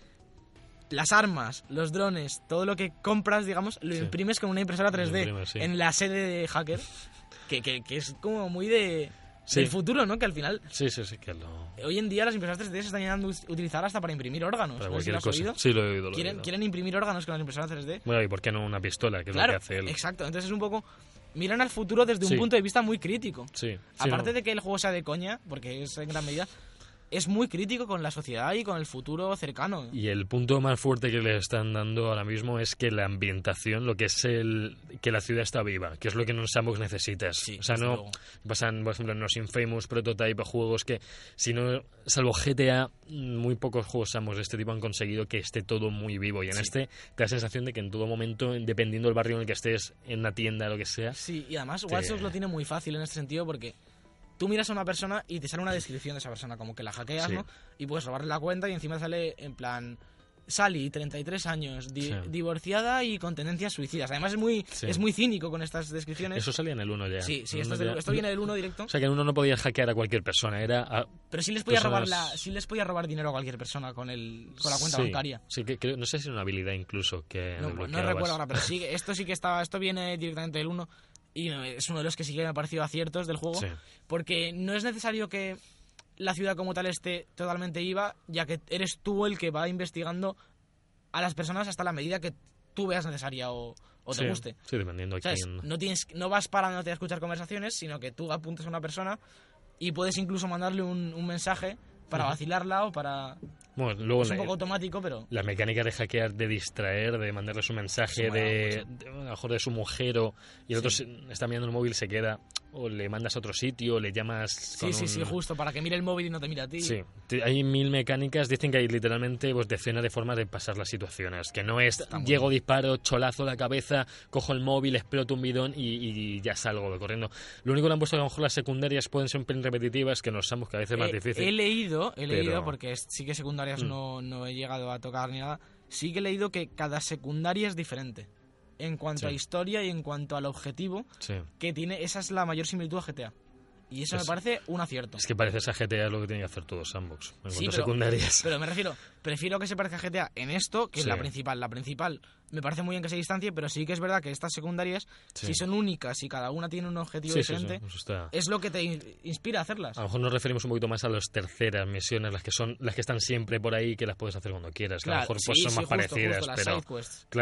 las armas, los drones, todo lo que compras, digamos, lo Sí. imprimes con una impresora tres D Lo imprimes, sí. en la sede de Hacker, que, que, que es como muy de Sí. del futuro, ¿no? Que al final, Sí, sí, sí, que lo... hoy en día las impresoras tres D se están llegando a utilizar hasta para imprimir órganos. Para No sé si cualquier lo has cosa. oído. Sí, lo he oído. Lo he ¿Quieren, oído. quieren imprimir órganos con las impresoras tres D. Bueno, ¿y por qué no una pistola? Que es Claro, lo que hace él. exacto. Entonces es un poco... Miran al futuro desde un Sí. punto de vista muy crítico. Sí, sí, Aparte no. de que el juego sea de coña, porque es en gran medida, es muy crítico con la sociedad y con el futuro cercano. Y el punto más fuerte que le están dando ahora mismo es que la ambientación, lo que es el que la ciudad está viva, que es lo que en un sandbox necesitas. Sí, o sea, desde no luego. pasan, por ejemplo, en los Infamous Prototype juegos que, si no, salvo G T A, muy pocos juegos sandbox de este tipo han conseguido que esté todo muy vivo. Y en Sí. este te da la sensación de que en todo momento, dependiendo del barrio en el que estés, en una tienda, lo que sea, Sí, y además Te- Watch Dogs lo tiene muy fácil en este sentido porque tú miras a una persona y te sale una descripción de esa persona, como que la hackeas, Sí. ¿no? Y puedes robarle la cuenta y encima sale en plan... Sally, treinta y tres años, di- Sí. divorciada y con tendencias suicidas. Además es muy, Sí. es muy cínico con estas descripciones. eso salía en el uno ya. Sí, sí, En el esto, uno es del- ya- esto viene del uno directo. O sea, que en uno no podías hackear a cualquier persona, era... a- Pero sí les podía robar personas- la, sí les podía robar dinero a cualquier persona con el con la cuenta sí, bancaria. Sí, que creo- no sé si es una habilidad incluso que No, no desbloqueabas. recuerdo ahora, pero sí, esto sí que estaba, esto viene directamente del uno y es uno de los que sí que me ha parecido aciertos del juego, Sí. porque no es necesario que la ciudad como tal esté totalmente viva, ya que eres tú el que va investigando a las personas hasta la medida que tú veas necesaria o, o te Sí, guste. Sí, dependiendo a ¿Sabes? quién. No, tienes, no vas parándote a escuchar conversaciones, sino que tú apuntas a una persona y puedes incluso mandarle un, un mensaje para vacilarla o para... Bueno, luego Es un la, poco automático, pero... la mecánica de hackear, de distraer, de mandarles un mensaje Eso mola de, de- a lo mejor de su mujer o, y el otro se- está mirando el móvil, se queda, o le mandas a otro sitio, o le llamas Sí, con sí, sí, un- justo, para que mire el móvil y no te mire a ti. Sí, te- hay mil mecánicas, dicen que hay literalmente pues, decenas de formas de pasar las situaciones, que no es Está muy llego, disparo, cholazo a la cabeza, cojo el móvil, exploto un bidón y, y ya salgo corriendo. Lo único que le han puesto que a lo mejor las secundarias pueden ser un pelín repetitivas, que nos sabemos que a veces es más Eh, difícil. He leído, he pero- leído, porque es- sí que secundarias Mm. no, no he llegado a tocar ni nada, sí que he leído que cada secundaria es diferente. En cuanto Sí. a historia y en cuanto al objetivo Sí. que tiene, esa es la mayor similitud a G T A. Y eso Es- me parece un acierto. Es que parece esa G T A lo que tiene que hacer todo Sandbox, en Sí, cuanto a pero- secundarias. Pero me refiero, prefiero que se parezca a G T A en esto, que es Sí. la principal. La principal me parece muy bien que se distancie, pero sí que es verdad que estas secundarias, Sí. si son únicas y cada una tiene un objetivo Sí, sí, sí, diferente, eso está. es lo que te in- inspira a hacerlas. A lo mejor nos referimos un poquito más a las terceras misiones, las que son las que están siempre por ahí, que las puedes hacer cuando quieras. que a lo Claro, mejor pues, sí, son sí, más justo, parecidas, justo, las pero side quests. claro,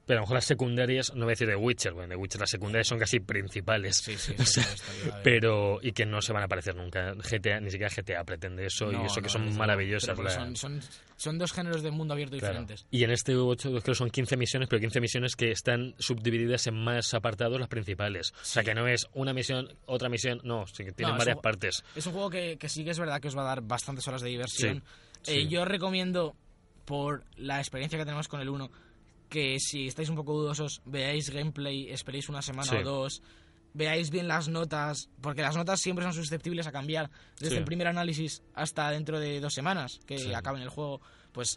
Pero a lo mejor las secundarias, no voy a decir de Witcher, bueno, de Witcher las secundarias son casi principales. Sí, sí, o sea, está pero y que no se van a aparecer nunca. G T A, ni siquiera G T A pretende eso, no, y eso no, que son no, maravillosas. pero La... son, son, son dos géneros de mundo abierto claro. diferentes. Y en este Watch Dogs creo que son quince misiones, pero quince misiones que están subdivididas en más apartados las principales. Sí. O sea, que no es una misión, otra misión, no, sí que tienen no, varias un, partes. Es un juego que, que sí que es verdad que os va a dar bastantes horas de diversión. Sí, eh, sí. Yo recomiendo, por la experiencia que tenemos con el uno, que si estáis un poco dudosos, veáis gameplay, esperéis una semana sí. o dos, veáis bien las notas, porque las notas siempre son susceptibles a cambiar desde sí. el primer análisis hasta dentro de dos semanas que sí. acaben el juego. Pues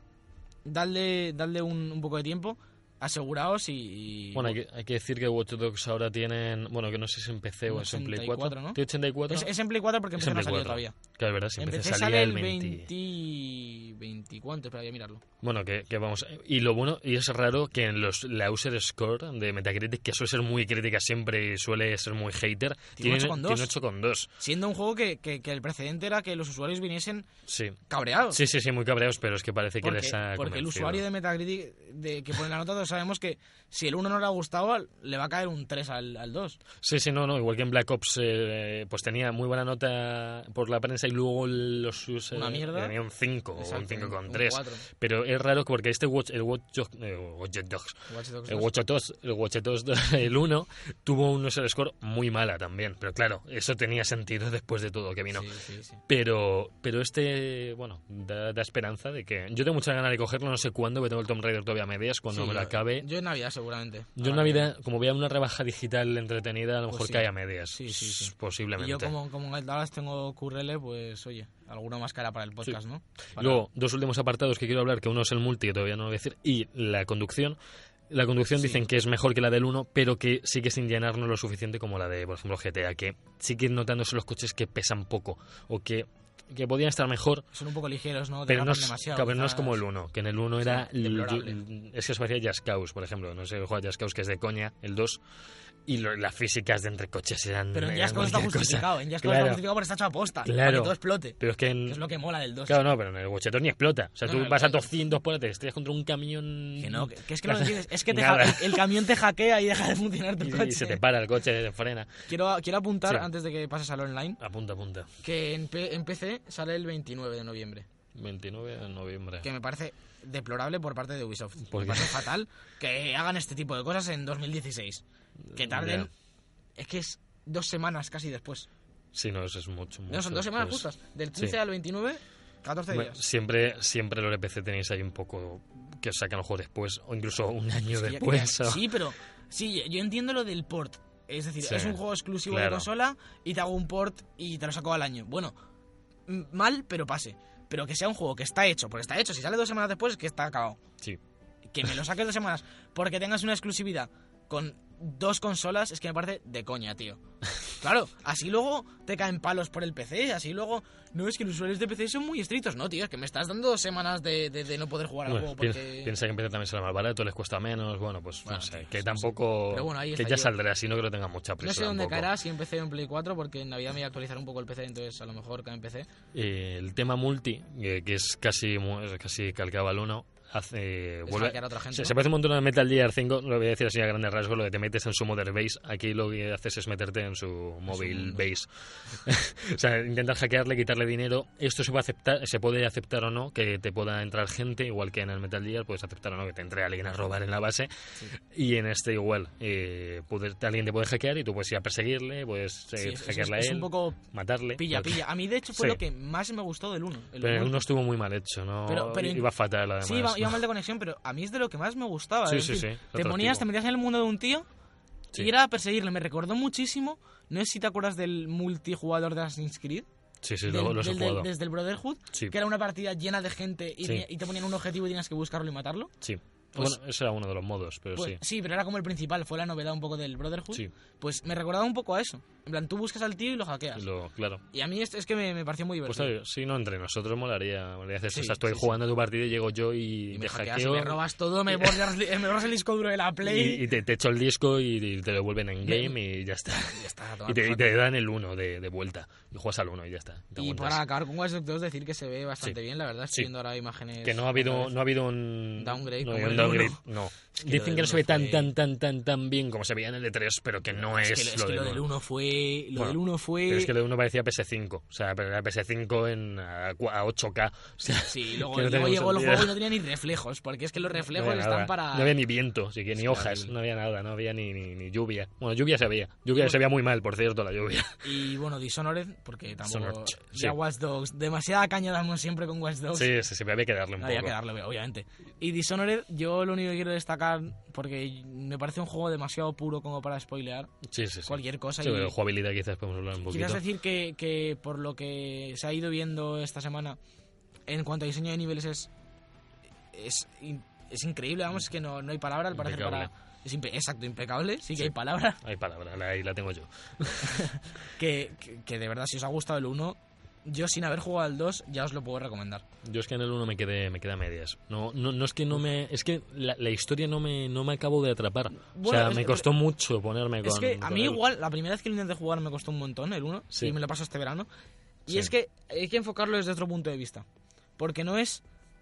dadle, dadle un, un poco de tiempo, aseguraos y... y... Bueno, hay que, hay que decir que Watch Dogs ahora tienen... Bueno, que no sé si es en P C o es en Play cuatro. ¿No? ¿Tiene ochenta y cuatro? Es, es en Play cuatro porque en P C no ha salido todavía. Claro, es verdad, si en P C sale salía el el veinte... veinte... veinte ¿cuánto? Espera, voy a mirarlo. Bueno, que, que vamos... Y lo bueno, y es raro que en los la user score de Metacritic, que suele ser muy crítica siempre y suele ser muy hater, tiene ocho coma dos. Siendo un juego que, que, que el precedente era que los usuarios viniesen sí. cabreados. Sí, sí, sí, muy cabreados, pero es que parece porque, que les ha Porque convencido. El usuario de Metacritic de, que pone la nota, todos sabemos que si el uno no le ha gustado, le va a caer un tres al, al dos. Sí, sí, no, no, igual que en Black Ops eh, pues tenía muy buena nota por la prensa y luego los users una mierda. Tenía un cinco o un cinco coma tres. cuatro. Pero es raro porque este Watch, el Watch Dogs, eh, Watch Dogs, Watch Dogs el Watch Dogs, el Watch Dogs, el uno tuvo un user score muy mala también, pero claro, eso tenía sentido después de todo que vino. Sí, sí, sí. Pero pero este, bueno, da, da esperanza de que yo tengo mucha ganas de cogerlo, no sé cuándo, porque tengo el Tomb Raider todavía a medias, cuando sí, me lo acabe. Yo en Navidad seguramente. Yo en Navidad, como vea una rebaja digital entretenida, a lo pues mejor sí. cae a medias. Sí, sí, sí. Posiblemente. Y yo como, como en Dallas tengo Q R L, pues oye, alguno más cara para el podcast, sí. ¿no? Para... Luego, dos últimos apartados que quiero hablar, que uno es el multi, que todavía no lo voy a decir, y la conducción. La conducción sí. dicen que es mejor que la del uno, pero que sigue sin llenarnos lo suficiente como la de, por ejemplo, G T A, que sigue notándose los coches que pesan poco, o que... que podían estar mejor. Son un poco ligeros, ¿no? Pero no es, demasiado, claro, no es como el uno, que en el uno era... Sí, el, es que os parecía Just Cause, por ejemplo. No sé, el juego de Just Cause, que es de coña, el dos. Y lo, las físicas de entre coches eran... Pero en Just Cause está justificado. En Just Cause claro. está justificado porque está hecho a posta. Claro. Para que todo explote. Pero es que, en... que es lo que mola del dos. Claro, no, pero en el Watch Dogs ni explota. O sea, no, tú no, vas a no, doscientos por hora, te estrellas contra un camión... Que no, que, que es que no lo entiendes. Es que te ja- el, el camión te hackea y deja de funcionar tu y, coche. Y se te para el coche, se frena. Quiero, quiero apuntar, sí. antes de que pases al online... Apunta, apunta. Que en, P- en P C sale el veintinueve de noviembre. veintinueve de noviembre. Que me parece deplorable por parte de Ubisoft. ¿Por me qué? parece fatal que hagan este tipo de cosas en dos mil dieciséis. Que tarden... Yeah. Es que es dos semanas casi después. Sí, no, eso es mucho, mucho No, son dos semanas después. justas. Del quince Sí. al veintinueve, catorce Bueno, días. siempre, siempre los de P C tenéis ahí un poco que os sacan los juegos después, o incluso un año Es que ya- después. ya- o... Sí, pero sí, yo entiendo lo del port. Es decir, Sí, es un juego exclusivo claro. de consola y te hago un port y te lo saco al año. Bueno, m- mal, pero pase. Pero que sea un juego que está hecho, porque está hecho. Si sale dos semanas después, es que está acabado. Sí. Que me lo saques dos semanas porque tengas una exclusividad con dos consolas, es que me parece de coña, tío. Claro, así luego te caen palos por el P C, así luego... No, es que los usuarios de P C son muy estrictos. No, tío, es que me estás dando dos semanas de, de, de no poder jugar al Bueno, juego piensa, porque... piensa que en P C también será más barato, les cuesta menos, bueno, pues Bueno, no sé, tío, que sí, tampoco... sí. Pero bueno, ahí que está, ya yo- saldrá, si no creo que tenga mucha prisa No sé dónde tampoco. caerá, si en P C o en Play cuatro, porque en Navidad me voy a actualizar un poco el P C, entonces a lo mejor cae en P C. Eh, el tema multi, eh, que es casi, mu- es casi calcado al uno, hace... Es vuelve- hackear a otra gente, se, ¿no? se parece un montón a Metal Gear cinco, lo voy a decir así a grandes rasgos, lo que te metes en su Mother Base, aquí lo que haces es meterte en su Mobile mundo. Base. O sea, intentar hackearle, quitarle dinero. Esto se puede aceptar, se puede aceptar o no, que te pueda entrar gente, igual que en el Metal Gear, puedes aceptar o no que te entre alguien a robar en la base. Sí. Y en este igual, eh, poder- alguien te puede hackear y tú puedes ir a perseguirle, puedes eh, Sí, es, es- hackearle es a él, un poco matarle. pilla, porque- pilla. A mí, de hecho, fue Sí. lo que más me gustó del uno. El Pero el uno. uno estuvo muy mal hecho, ¿no? Pero- pero- iba fatal, además. Sí, iba, iba ¿no? mal de conexión, pero a mí es de lo que más me gustaba. Sí, es sí, decir, sí, Te atractivo. ponías, te metías en el mundo de un tío Sí. y era a perseguirle. Me recordó muchísimo, no sé si te acuerdas del multijugador de Assassin's Creed. Sí, sí, Del- lo, los he del- del- jugado. desde el Brotherhood, Sí. que era una partida llena de gente y, Sí. y te ponían un objetivo y tenías que buscarlo y matarlo. Sí. Pues- bueno, ese era uno de los modos, pero Pues, sí. sí, pero era como el principal, fue la novedad un poco del Brotherhood. Sí. Pues me recordaba un poco a eso. En plan, tú buscas al tío y lo hackeas. Lo, claro. Y a mí es, es que me, me pareció muy Pues divertido. sí, no, entre nosotros molaría. molaría hacer eso. Sí, o sea, estoy sí, jugando tu partido y llego yo y, y me te hackeas y hackeo. me robas todo, me borras, me borras el disco duro de la Play. Y, y te, te echo el disco y, y te lo devuelven en game Me- y ya está. Ya está, toma Y te, por y te dan el uno de, de vuelta. Y juegas al uno y ya está. Te Y aguantas. para acabar con Watch Dogs dos, decir que se ve bastante Sí. bien, la verdad. Estoy Sí. viendo ahora imágenes. Que no ha habido, otra vez. no ha habido un Downgrade no, como un el downgrade, uno. no. Es que lo Dicen del que no se ve uno tan fue- tan tan tan tan bien como se veía en el E tres, pero que no es, es que, es lo que del lo del uno. uno fue. Lo Bueno, del uno fue. Pero es que lo de uno parecía P S cinco, o sea, pero era P S cinco en a, cua- a ocho K. O sea, Sí, luego, que no luego tenemos llegó el sentido. juego y no tenía ni reflejos, porque es que los No reflejos había están nada. para. No había ni viento, así que ni Sí, hojas, horrible. no había nada, no había ni, ni, ni lluvia. Bueno, lluvia se había, lluvia se veía muy mal, por cierto, la lluvia. Y bueno, Dishonored, porque tampoco. Dishonored, sí. Ya Watch Dogs, demasiada caña damos siempre con Watch Dogs. Sí, sí, sí, había que darle un Había poco. que darle, obviamente. Y Dishonored, yo lo único que quiero destacar, porque me parece un juego demasiado puro como para spoilear Sí, sí, sí. cualquier cosa. Sí, y pero jugabilidad quizás podemos hablar un poquito. quieras decir que, que por lo que se ha ido viendo esta semana, en cuanto a diseño de niveles, es. Es, in- es increíble, vamos, es que no, no hay palabra, al parecer, Impecable. para. Es impe- exacto, impecable, sí que Sí. hay palabra. Hay palabra, la- ahí la tengo yo. Que, que, que de verdad, si os ha gustado el uno, yo sin haber jugado al dos, ya os lo puedo recomendar. Yo es que en el uno me quedé, me quedé a medias. No, no, no es que no me... Es que la, la historia no me, no me acabo de atrapar. Bueno, o sea, es me que- costó mucho ponerme con... Es que a con mí él. igual, la primera vez que lo intenté jugar me costó un montón, el uno, Sí. y me lo paso este verano. Y Sí. es que hay que enfocarlo desde otro punto de vista. Porque no es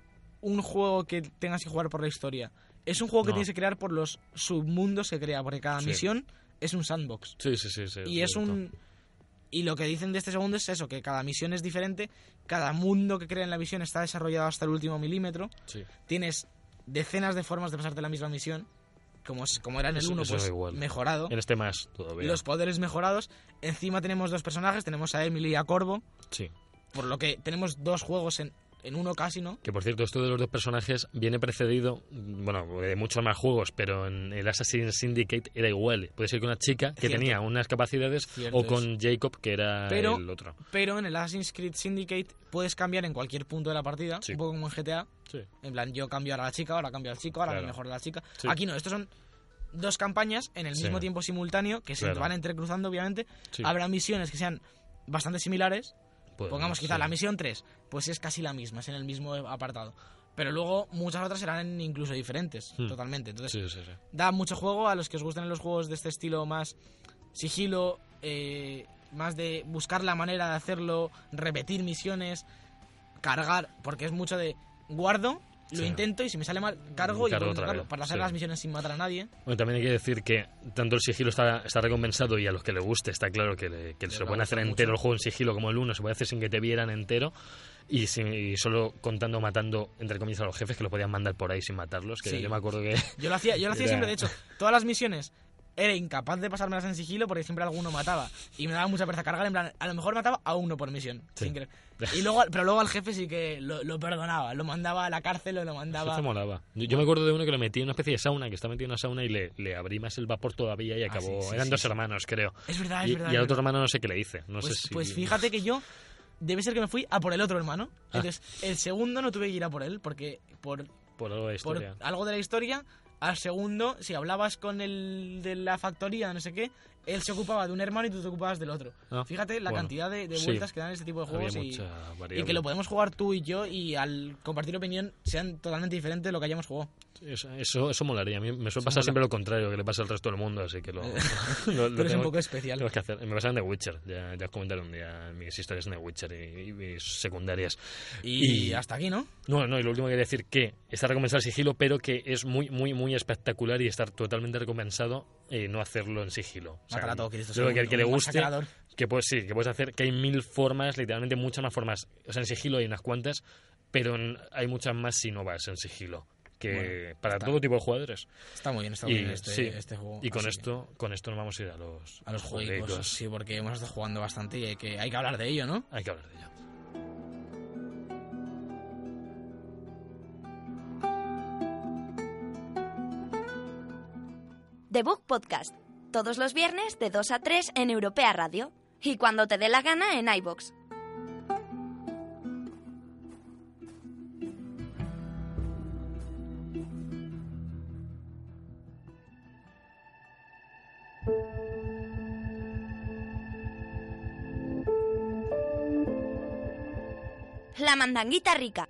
un juego que tengas que jugar por la historia. Es un juego que No. tienes que crear por los submundos que crea, porque cada Sí. misión es un sandbox. Sí, sí, sí. sí Y es cierto. un... Y lo que dicen de este segundo es eso, que cada misión es diferente, cada mundo que crea en la misión está desarrollado hasta el último milímetro. Sí. Tienes decenas de formas de pasarte la misma misión, como, es- como era en el Eso- uno, eso pues da igual. mejorado. En este más todavía. Los poderes mejorados. Encima tenemos dos personajes, tenemos a Emily y a Corvo, Sí. por lo que tenemos dos juegos en, en uno casi, ¿no? Que por cierto, esto de los dos personajes viene precedido, bueno, de muchos más juegos, pero en el Assassin's Syndicate era igual. Puede ser que una chica que Cierto. tenía unas capacidades Cierto o con Jacob, que era Pero- el otro. Pero en el Assassin's Creed Syndicate puedes cambiar en cualquier punto de la partida, Sí. un poco como en G T A. Sí. En plan, yo cambio ahora a la chica, ahora cambio al chico, ahora Claro. me mejoro a la chica. Sí. Aquí no, estos son dos campañas en el Sí. mismo tiempo simultáneo que se Claro. van entrecruzando, obviamente. Sí. Habrá misiones que sean bastante similares. Pues, Pongamos quizá sí. la misión tres, pues es casi la misma, es en el mismo apartado. Pero luego muchas otras serán incluso diferentes, Hmm. totalmente. Entonces, Sí, sí, sí. da mucho juego a los que os gusten los juegos de este estilo más sigilo, eh, más de buscar la manera de hacerlo, repetir misiones, cargar, porque es mucho de guardo, lo Sí. intento y si me sale mal, cargo y Cargo vuelvo a otra intentarlo, vez, para hacer sí. las misiones sin matar a nadie. Bueno, también hay que decir que tanto el sigilo está, está recompensado y a los que le guste está claro que, le- que Les se va lo pueden a hacer gustar entero mucho. el juego en sigilo como el uno, se puede hacer sin que te vieran entero y, sin- y solo contando matando entre comillas a los jefes que los podían mandar por ahí sin matarlos, que Sí. yo me acuerdo que... Yo lo hacía, yo lo hacía Era- siempre, de hecho, todas las misiones era incapaz de pasármelas en sigilo porque siempre alguno mataba y me daba mucha pereza cargar, en plan, a lo mejor mataba a uno por misión, Sí. sin querer. Y luego, pero luego al jefe sí que lo, lo perdonaba, lo mandaba a la cárcel o lo Eso mandaba... te molaba. Yo, yo me acuerdo de uno que lo metí en una especie de sauna, que estaba metido en una sauna y le, le abrí más el vapor todavía y Ah, acabó... sí, sí, Eran sí, dos sí. hermanos, creo. Es verdad, es Y, verdad. y es al otro verdad. hermano no sé qué le hice. No Pues, sé si... pues fíjate que yo, debe ser que me fui a por el otro hermano. Ah. Entonces, el segundo no tuve que ir a por él porque por, Por algo de por historia. algo de la historia, al segundo, si hablabas con el de la factoría, no sé qué, él se ocupaba de un hermano y tú te ocupabas del otro. Ah, Fíjate la bueno, cantidad de, de sí. vueltas que dan este tipo de Había juegos y, mucha y variable. que lo podemos jugar tú y yo y al compartir opinión sean totalmente diferentes de lo que hayamos jugado. Eso, eso, eso molaría. A mí me suele Eso pasar mola. siempre lo contrario que le pasa al resto del mundo, así que lo, lo, lo Pero es un tengo- poco especial. tengo que hacer. Me pasan de Witcher, ya, ya os comentaré un día mis historias de Witcher y, y mis secundarias. Y, Y- hasta aquí, ¿no? No, no, y lo último que quería decir que está recompensado el sigilo, pero que es muy, muy, muy espectacular y estar totalmente recompensado eh, no hacerlo en sigilo. O sea, Matar a todo Cristo yo creo que el que le un guste, masacrador. que pues sí, que puedes hacer, que hay mil formas, literalmente muchas más formas. O sea, en sigilo hay unas cuantas, pero en- hay muchas más si no vas en sigilo. Que Bueno, para está. todo tipo de jugadores. Está muy bien, está Y, muy bien este, sí, este juego. y con así que- esto, con esto nos vamos a ir a los, A los jueguicos. juegos, sí, porque hemos estado jugando bastante y hay que, hay que hablar de ello, ¿no? Hay que hablar de ello. The Book Podcast. Todos los viernes de dos a tres en Europea Radio. Y cuando te dé la gana en iVoox. La mandanguita rica.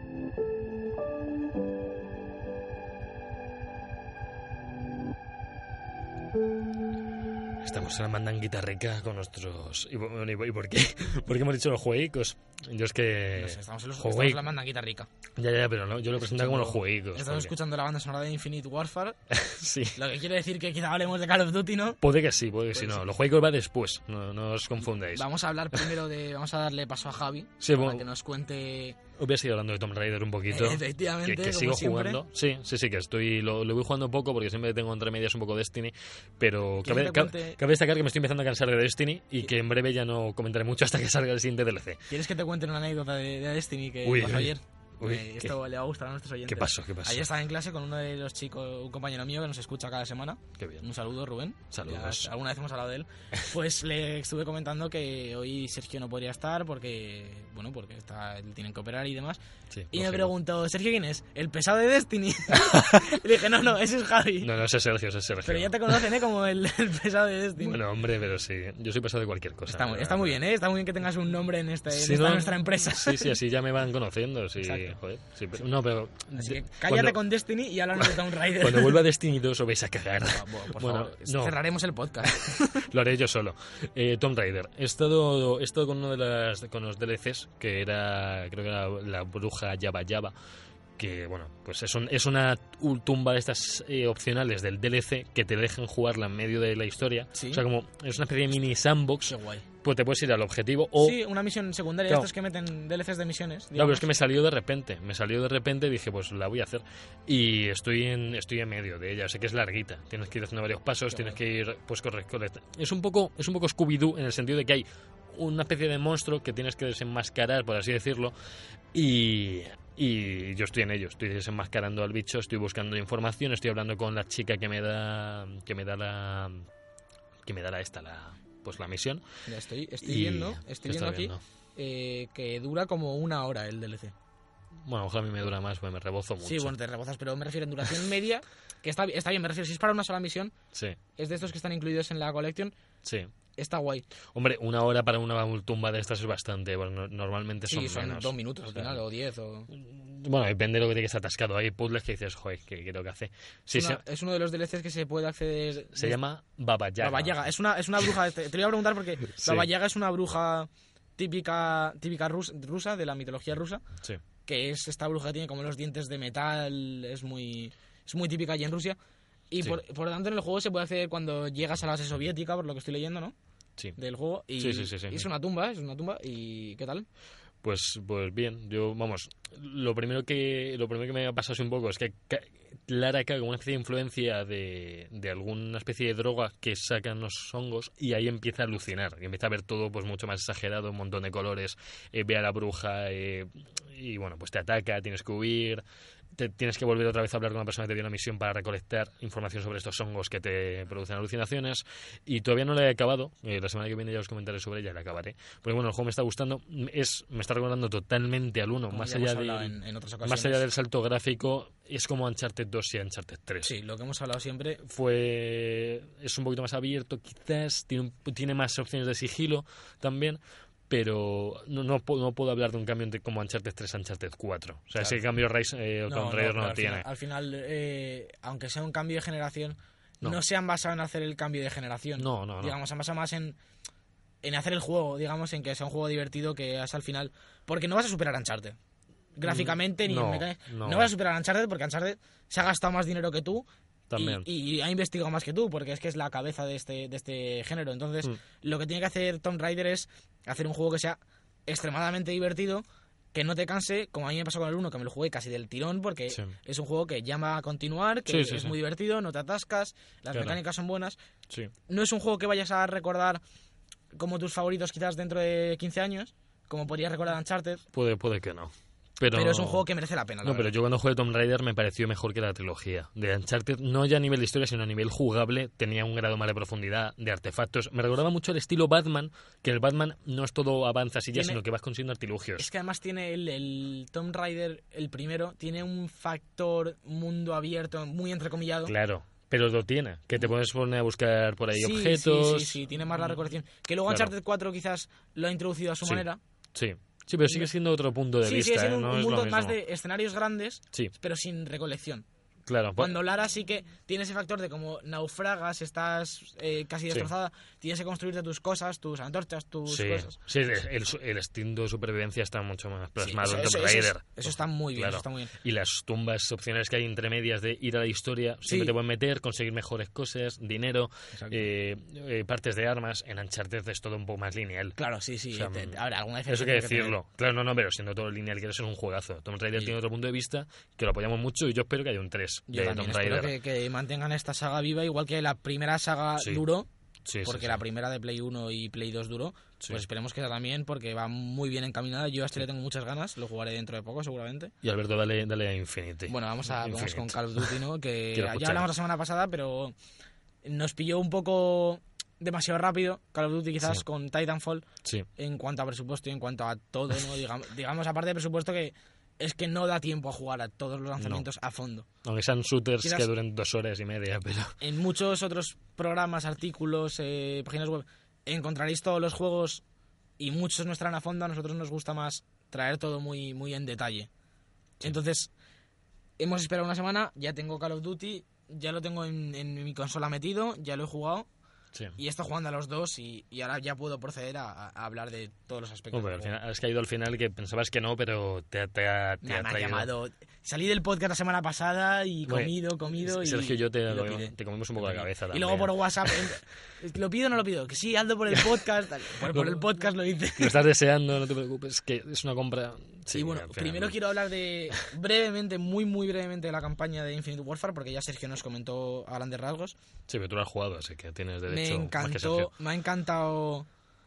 Estamos en la mandanguita rica con nuestros... ¿Y, bueno, ¿y por qué? ¿Por qué hemos dicho los jueguicos? Yo es que... No sé, estamos en, los, estamos en la mandanguita rica. Ya, ya, pero no, yo lo presento como los jueguicos. Estamos porque... escuchando la banda sonora de Infinite Warfare. Sí. Lo que quiere decir que quizá hablemos de Call of Duty, ¿no? Puede que sí, puede que Pues sí, no. sí. Los juegos va después, no, no os confundáis. Vamos a hablar primero de... Vamos a darle paso a Javi. Sí, para bueno, que nos cuente... Voy a seguir hablando de Tomb Raider un poquito. Efectivamente, que, que como sigo siempre. jugando. Sí, sí, sí, que estoy lo, lo voy jugando poco porque siempre tengo entre medias un poco Destiny, pero ¿Quieres cabe, que te cabe, cuente- cabe destacar que me estoy empezando a cansar de Destiny y que en breve ya no comentaré mucho hasta que salga el siguiente D L C. ¿Quieres que te cuente una anécdota de, de Destiny que Uy, pasó uy, ayer? uy, Eh, ¿qué? esto le va a gustar a nuestros oyentes. ¿Qué pasó? ¿Qué pasó? Ayer estaba en clase con uno de los chicos, un compañero mío que nos escucha cada semana. Qué bien. Un saludo, Rubén. Saludos. Ya alguna vez hemos hablado de él. Pues le estuve comentando que hoy Sergio no podría estar porque, bueno, porque está, tienen que operar y demás. Sí, Y me lógico. preguntó, ¿Sergio quién es? ¿El pesado de Destiny? Y le dije, no, no, ese es Javi. No, no, ese es Sergio, ese es Sergio. Pero ya te conocen, ¿eh? Como el, el pesado de Destiny. Bueno, hombre, pero sí. Yo soy pasado de cualquier cosa. Está muy, está muy bien, ¿eh? Está muy bien que tengas un nombre en, este, en Sí, esta no, nuestra empresa. Sí, sí, así ya me van conociendo. Sí, Exacto. joder. Sí, pero, no, pero... Así que de- cállate cuando- con Destiny y háblanos de Tomb Raider. Cuando vuelva Destiny dos os vais a cagar. Por Bueno, favor, no. cerraremos el podcast. Lo haré yo solo. Eh, Tomb Raider. He estado, he estado con uno de las, con los D L Cs, que era, creo que era la bruja Yaba Yaba, que bueno, pues es, un, es una tumba de estas eh, opcionales del D L C que te dejan jugarla en medio de la historia. Sí. O sea, como es una especie de mini sandbox, Qué guay. pues te puedes ir al objetivo o... Sí, una misión secundaria, Claro. estos que meten D L Cs de misiones. No, pero digamos. es que me salió de repente, me salió de repente y dije, pues la voy a hacer. Y estoy en estoy en medio de ella, sé que es larguita, tienes que ir haciendo varios pasos, Qué tienes guay. que ir, pues corre, corre. Es un poco, es un poco Scooby-Doo en el sentido de que hay una especie de monstruo que tienes que desenmascarar, por así decirlo, y... Y yo estoy en ello, estoy desenmascarando al bicho, estoy buscando información, estoy hablando con la chica que me da que me da la que me da la esta la pues la misión. Ya estoy, estoy Y- viendo, estoy ¿qué viendo estás aquí viendo? eh, que dura como una hora el D L C. Bueno, ojalá a mí me dura más, porque me rebozo mucho. Sí, bueno, te rebozas, pero me refiero en duración media, que está, está bien, me refiero, si es para una sola misión, Sí, es de estos que están incluidos en la collection, sí. está guay. Hombre, una hora para una tumba de estas es bastante. Bueno, no- normalmente son Sí, son menos. dos minutos al O sea, final, o diez, o... Bueno, depende de lo que te quedes atascado. Hay puzzles que dices, joder, ¿qué creo que hace? Sí, es, una- se, es uno de los D L Cs que se puede acceder... se desde- llama Baba Yaga. Baba Yaga. Es una, es una bruja. Te, te lo iba a preguntar porque Sí. Baba Yaga es una bruja típica, típica rus- rusa, de la mitología rusa, Sí, que es esta bruja que tiene como los dientes de metal, es muy, es muy típica allí en Rusia. Y Sí. por, por lo tanto en el juego se puede acceder cuando llegas a la base soviética, por lo que estoy leyendo, ¿no? sí. Del juego. Y, Sí, sí, sí, sí. y es una tumba, es una tumba. ¿Y qué tal? Pues, pues bien, yo, vamos, lo primero que lo primero que me ha pasado así un poco es que ca- Lara cae como una especie de influencia de, de alguna especie de droga que sacan los hongos y ahí empieza a alucinar, y empieza a ver todo pues mucho más exagerado, un montón de colores, eh, ve a la bruja eh, y bueno, pues te ataca, tienes que huir, te, tienes que volver otra vez a hablar con una persona que te dio una misión para recolectar información sobre estos hongos que te producen alucinaciones, y todavía no la he acabado. Eh, la semana que viene ya os comentaré sobre ella, la acabaré, porque bueno, el juego me está gustando, es me está recordando totalmente al uno, Como más ya allá hemos hablado de en, en otras ocasiones. más allá del salto gráfico, es como Uncharted dos y Uncharted tres. Sí, lo que hemos hablado siempre. Fue es un poquito más abierto, quizás tiene un- tiene más opciones de sigilo también, pero no, no, puedo, no puedo hablar de un cambio entre como Uncharted tres a Uncharted cuatro. O sea, Claro. ese cambio Rise, eh, Tomb Raider no, pero lo al tiene. Final, al final, eh, aunque sea un cambio de generación, No. no. se han basado en hacer el cambio de generación. No, no, no. Digamos, se han basado más en, en hacer el juego, digamos, en que sea un juego divertido que es al final. Porque no vas a superar a Uncharted. Gráficamente, ni no, en mecánica. no. No. vas a superar a Uncharted porque Uncharted se ha gastado más dinero que tú. También. Y, y ha investigado más que tú, porque es que es la cabeza de este, de este género. Entonces, Mm. lo que tiene que hacer Tomb Raider es hacer un juego que sea extremadamente divertido, que no te canse, como a mí me pasó con el uno, que me lo jugué casi del tirón, porque Sí. es un juego que llama a continuar, que Sí, sí, es sí. muy divertido, no te atascas, las Claro. mecánicas son buenas. Sí. No es un juego que vayas a recordar como tus favoritos quizás dentro de quince años, como podrías recordar Uncharted, Puede, puede que no. Pero, pero es un juego que merece la pena. la No, pero verdad. yo cuando jugué Tomb Raider me pareció mejor que la trilogía. De Uncharted, no ya a nivel de historia, sino a nivel jugable, tenía un grado más de profundidad, de artefactos. Me recordaba mucho el estilo Batman, que el Batman no es todo avanzas y ya, Tiene- sino que vas consiguiendo artilugios. Es que además tiene el, el Tomb Raider, el primero, tiene un factor mundo abierto muy entrecomillado. Claro, pero lo tiene, que te puedes poner a buscar por ahí Sí, objetos. Sí, sí, sí, tiene más la recolección. Que luego Claro. Uncharted cuatro quizás lo ha introducido a su Sí. manera. Sí, Sí, pero sigue siendo otro punto de sí, vista, sigue siendo ¿eh? un, No un es lo mundo mismo. más de escenarios grandes, Sí. pero sin recolección. Claro, Cuando Lara sí que tiene ese factor de como naufragas, estás eh, casi destrozada, sí. tienes que construirte tus cosas, tus antorchas, tus sí. cosas. Sí, el, el, el instinto de supervivencia está mucho más plasmado sí, en eso, Tomb eso, Raider. eso, eso está muy bien, claro. eso está muy bien. Y las tumbas opcionales que hay entre medias de ir a la historia, siempre Sí. te pueden meter, conseguir mejores cosas, dinero, eh, eh, partes de armas. En Uncharted es todo un poco más lineal. Claro, sí, sí. O sea, te, ahora, alguna eso hay que decirlo. Que claro, no, no, pero siendo todo lineal, que eso es un juegazo. Tomb Raider sí. tiene otro punto de vista que lo apoyamos mucho y yo espero que haya un tres Yo de también Tomb espero Raider. que, que mantengan esta saga viva, igual que la primera saga Sí. duró, Sí, porque sí, la sí. primera de Play uno y Play dos duró. Sí. Pues esperemos que esa también, porque va muy bien encaminada. Yo a este le tengo muchas ganas, lo jugaré dentro de poco seguramente. Y Alberto, dale, dale a Infinity. Bueno, vamos, a, vamos Infinite. con Call of Duty, ¿no? Que Quiero ya escuchar. hablamos la semana pasada, pero nos pilló un poco demasiado rápido Call of Duty quizás Sí. con Titanfall Sí. en cuanto a presupuesto y en cuanto a todo, ¿no? digamos, digamos, aparte de presupuesto, que es que no da tiempo a jugar a todos los lanzamientos a fondo. Aunque sean shooters Quizás- que duren dos horas y media, pero... En muchos otros programas, artículos, eh, páginas web, encontraréis todos los juegos y muchos no estarán a fondo. A nosotros nos gusta más traer todo muy, muy en detalle. Entonces, hemos esperado una semana, ya tengo Call of Duty, ya lo tengo en, en mi consola metido, ya lo he jugado. Sí. Y estoy jugando a los dos y, y ahora ya puedo proceder a, a hablar de todos los aspectos. Hombre, del al juego. final, has caído al final que pensabas que no, pero te, ha- te ha, te Me, ha me ha traído... llamado. Salí del podcast la semana pasada y Bueno, comido, comido y... Sergio y yo te, y lo lo- pide. te comimos un poco la cabeza Y también. luego por WhatsApp, en- ¿lo pido o no lo pido? Que sí, hazlo por el podcast. Tal. Por, por el podcast lo hice. Lo estás deseando, no te preocupes, que es una compra... Sí, y bueno, al final, primero no. quiero hablar de brevemente, muy muy brevemente, de la campaña de Infinite Warfare, porque ya Sergio nos comentó a grandes rasgos. Sí, pero tú lo has jugado, así que tienes Me derecho más que encantó, Sergio. me ha encantado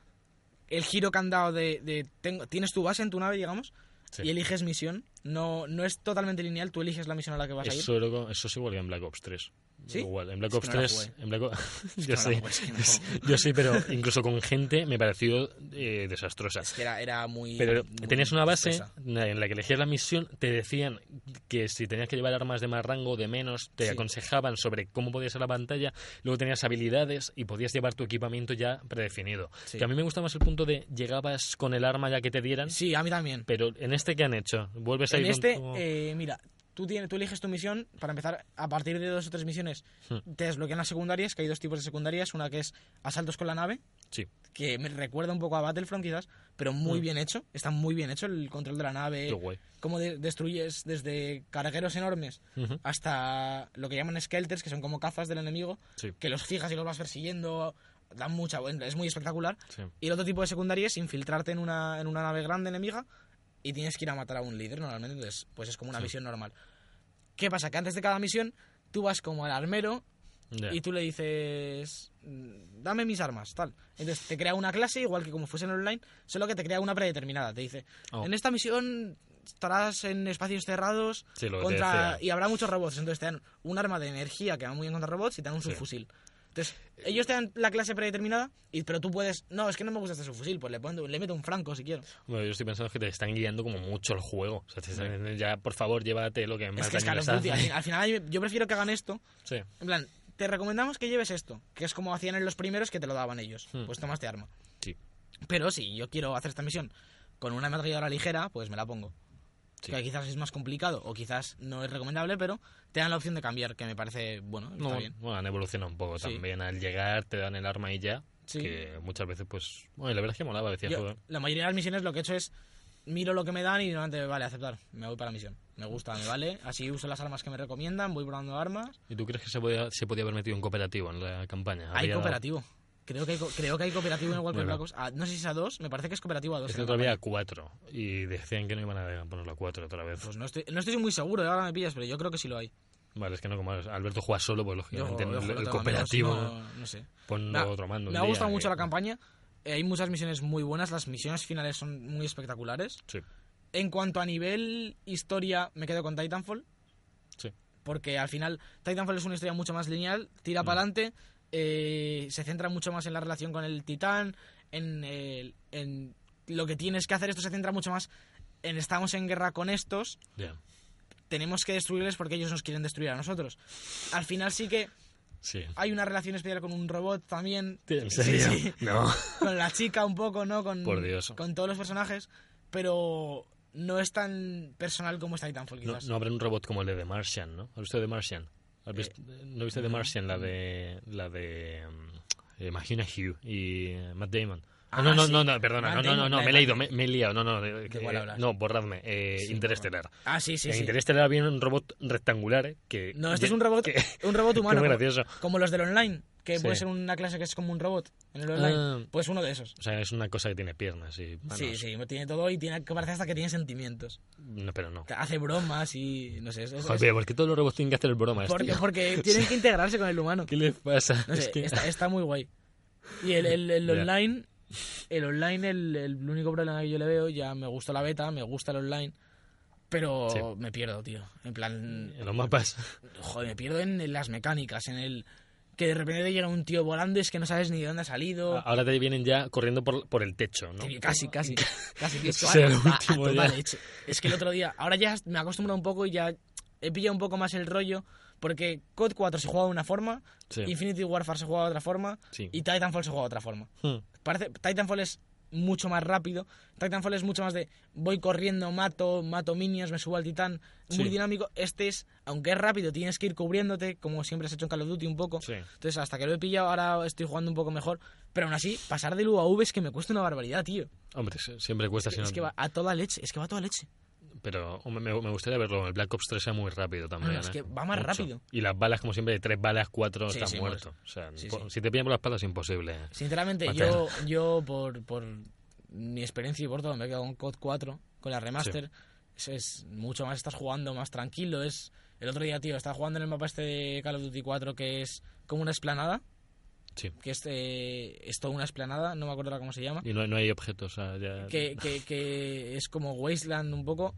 el giro que han dado de... de tengo, tienes tu base en tu nave, digamos, Sí. y eliges misión. No, no es totalmente lineal, tú eliges la misión a la que vas a ir. Eso, era- eso es igual que en Black Ops tres. ¿Sí? Igual, en Black Es Ops que no la tres... jugué. En Black Ops... Es que yo no la sí, jugué, es que no. yo sí, pero incluso con gente me pareció eh, desastrosa. Es que era, era muy... Pero muy tenías una base espesa. en la que elegías la misión, te decían que si tenías que llevar armas de más rango o de menos, te Sí. aconsejaban sobre cómo podía ser la pantalla, luego tenías habilidades y podías llevar tu equipamiento ya predefinido. Sí. Que a mí me gusta más el punto de llegabas con el arma ya que te dieran, Sí, a mí también. pero en este ¿qué han hecho? Vuelves a En ir este, con tu- eh, mira, tú, tienes, tú eliges tu misión. Para empezar, a partir de dos o tres misiones Hmm. te desbloquean las secundarias, que hay dos tipos de secundarias. Una que es asaltos con la nave, Sí, que me recuerda un poco a Battlefront quizás, pero muy Hmm. bien hecho. Está muy bien hecho el control de la nave, qué guay. cómo de- destruyes desde cargueros enormes Ujú. hasta lo que llaman skelters, que son como cazas del enemigo, Sí, que los fijas y los vas persiguiendo. Dan mucha, es muy espectacular. sí. Y el otro tipo de secundaria es infiltrarte en una, en una nave grande enemiga y tienes que ir a matar a un líder normalmente, entonces pues es como una Sí. misión normal. ¿Qué pasa? Que antes de cada misión tú vas como al armero Ya. y tú le dices, "Mm, dame mis armas, tal". Entonces te crea una clase, igual que como fuese en online, solo que te crea una predeterminada. Te dice, Oh. en esta misión estarás en espacios cerrados Sí, lo que te contra decía. y habrá muchos robots. Entonces te dan un arma de energía que va muy bien contra robots y te dan un Sí. subfusil. Entonces, ellos te dan la clase predeterminada, y, pero tú puedes... No, es que no me gusta este subfusil, pues le, pongo, le meto un franco si quiero. Bueno, yo estoy pensando que te están guiando como mucho el juego. O sea, te están diciendo, ya, por favor, llévate lo que más Es que es daño Call of les Duty. Al, hace. fin- al final yo- yo prefiero que hagan esto. Sí, En plan, te recomendamos que lleves esto, que es como hacían en los primeros que te lo daban ellos. Hmm. Pues tomas este arma. sí. Pero si yo quiero hacer esta misión con una ametralladora ligera, pues me la pongo. Sí. Que quizás es más complicado o quizás no es recomendable, pero te dan la opción de cambiar, que me parece, bueno, está No, bien. bueno, han evolucionado un poco Sí. también. Al llegar te dan el arma y ya. Sí. Que muchas veces, pues... Bueno, la verdad es que molaba, decía Yo, joder. la mayoría de las misiones lo que he hecho es miro lo que me dan y normalmente vale, aceptar. Me voy para la misión. Me gusta, me vale. Así uso las armas que me recomiendan, voy probando armas. ¿Y tú crees que se podía, se podía haber metido un cooperativo en la campaña? Hay Había- cooperativo. Creo que hay, co- creo que hay cooperativo en igual que en Bueno. Black Ops. Ah, no sé si es a dos, me parece que es cooperativo a dos. Es en que la todavía a campaña. cuatro. Y decían que no iban a ponerlo a cuatro otra vez. Pues no estoy, no estoy muy seguro, ahora me pillas, pero yo creo que sí lo hay. Vale, es que no, como Alberto juega solo, pues Yo, lógicamente yo el, juego el otro, cooperativo, amigos, no, no sé. ponlo Me ha- otro mando. Me un ha día gustado mucho que- la campaña. Eh, hay muchas misiones muy buenas, las misiones finales son muy espectaculares. Sí, En cuanto a nivel historia, me quedo con Titanfall. sí. Porque al final Titanfall es una historia mucho más lineal, tira Mm. para adelante, eh, se centra mucho más en la relación con el titán, en, el- en lo que tienes que hacer. Esto se centra mucho más en estamos en guerra con estos, Ya. tenemos que destruirles porque ellos nos quieren destruir a nosotros. Al final sí que Sí. hay una relación especial con un robot también. ¿En Sí, serio? sí. No. Con la chica un poco, ¿no? Con, Por Dios. con todos los personajes. pero no es tan personal como está Titanfall, No, quizás. no habrá un robot como el de The Martian, ¿no? ¿Has visto The Martian? ¿Has visto- ¿No viste The Martian? La de... La de... Um, Imagina Hugh y eh, Matt Damon. Ah, Ah, no, no, sí. no, no, perdona, Matt no, no, no, Damon, no, la me he de leído, Matt me, me he liado, no, no, de- ¿De cuál hablas? no, borradme, eh, Sí, Interestelar. Ah, sí, sí, En sí. Interestelar había un robot rectangular eh, que... No, este que- es un robot, que- un robot humano. Qué como, gracioso. como los del online, que Sí. puede ser una clase que es como un robot en el online. Ah. Pues uno de esos. O sea, es una cosa que tiene piernas y manos. Sí, sí, tiene todo y tiene que parece hasta que tiene sentimientos. No, pero no. Hace bromas y no sé. Es, es- Joder, pero ¿por qué todos los robots tienen que hacer bromas, porque, tío? porque tienen que integrarse con el humano. ¿Qué les pasa? No sé, Es que- está, está muy guay. Y el, el, el Ya. online, el online, el, el único problema que yo le veo, ya me gusta la beta, me gusta el online, pero Sí. me pierdo, tío. En plan, En los mapas. joder, me pierdo en, en las mecánicas, en el que de repente te llega un tío volando, es que no sabes ni de dónde ha salido. Ahora te vienen ya corriendo por, por el techo, ¿no? Que Casi, casi, casi. que es que Ese va- era el va a último toda ya. leche. Es que el otro día, ahora ya me acostumbro un poco y ya he pillado un poco más el rollo, porque C O D cuatro se juega de una forma, Sí. Infinity Warfare se juega de otra forma, Sí. y Titanfall se juega de otra forma. Hmm. Parece, Titanfall es mucho más rápido, Titanfall es mucho más de voy corriendo, mato, mato minions, me subo al titán, muy Sí. dinámico. Este es, aunque es rápido, tienes que ir cubriéndote, como siempre has hecho en Call of Duty un poco. Sí. Entonces, hasta que lo he pillado, ahora estoy jugando un poco mejor. Pero aún así, pasar del U a V es que me cuesta una barbaridad, tío. Hombre, se- siempre cuesta. Si Es no- que va a toda leche, es que va a toda leche. Pero hombre, me, me gustaría verlo. El Black Ops tres era muy rápido también. No, es ¿eh? que va más Mucho. rápido. Y las balas, como siempre, de tres balas, cuatro, Sí, estás sí, muerto. muerto. O sea, Sí, por- sí. si te pillan por la espalda es imposible. Sinceramente, Matar. yo, yo por, por mi experiencia y por todo, me he quedado con C O D cuatro, con la remaster. Es, es mucho más, estás jugando más tranquilo. Es el otro día, tío, estaba jugando en el mapa este de Call of Duty cuatro, que es como una explanada. Sí. Que es, eh, es toda una explanada, no me acuerdo ahora cómo se llama. Y no, no hay objetos. O sea, ya- Que, que, que es como Wasteland un poco.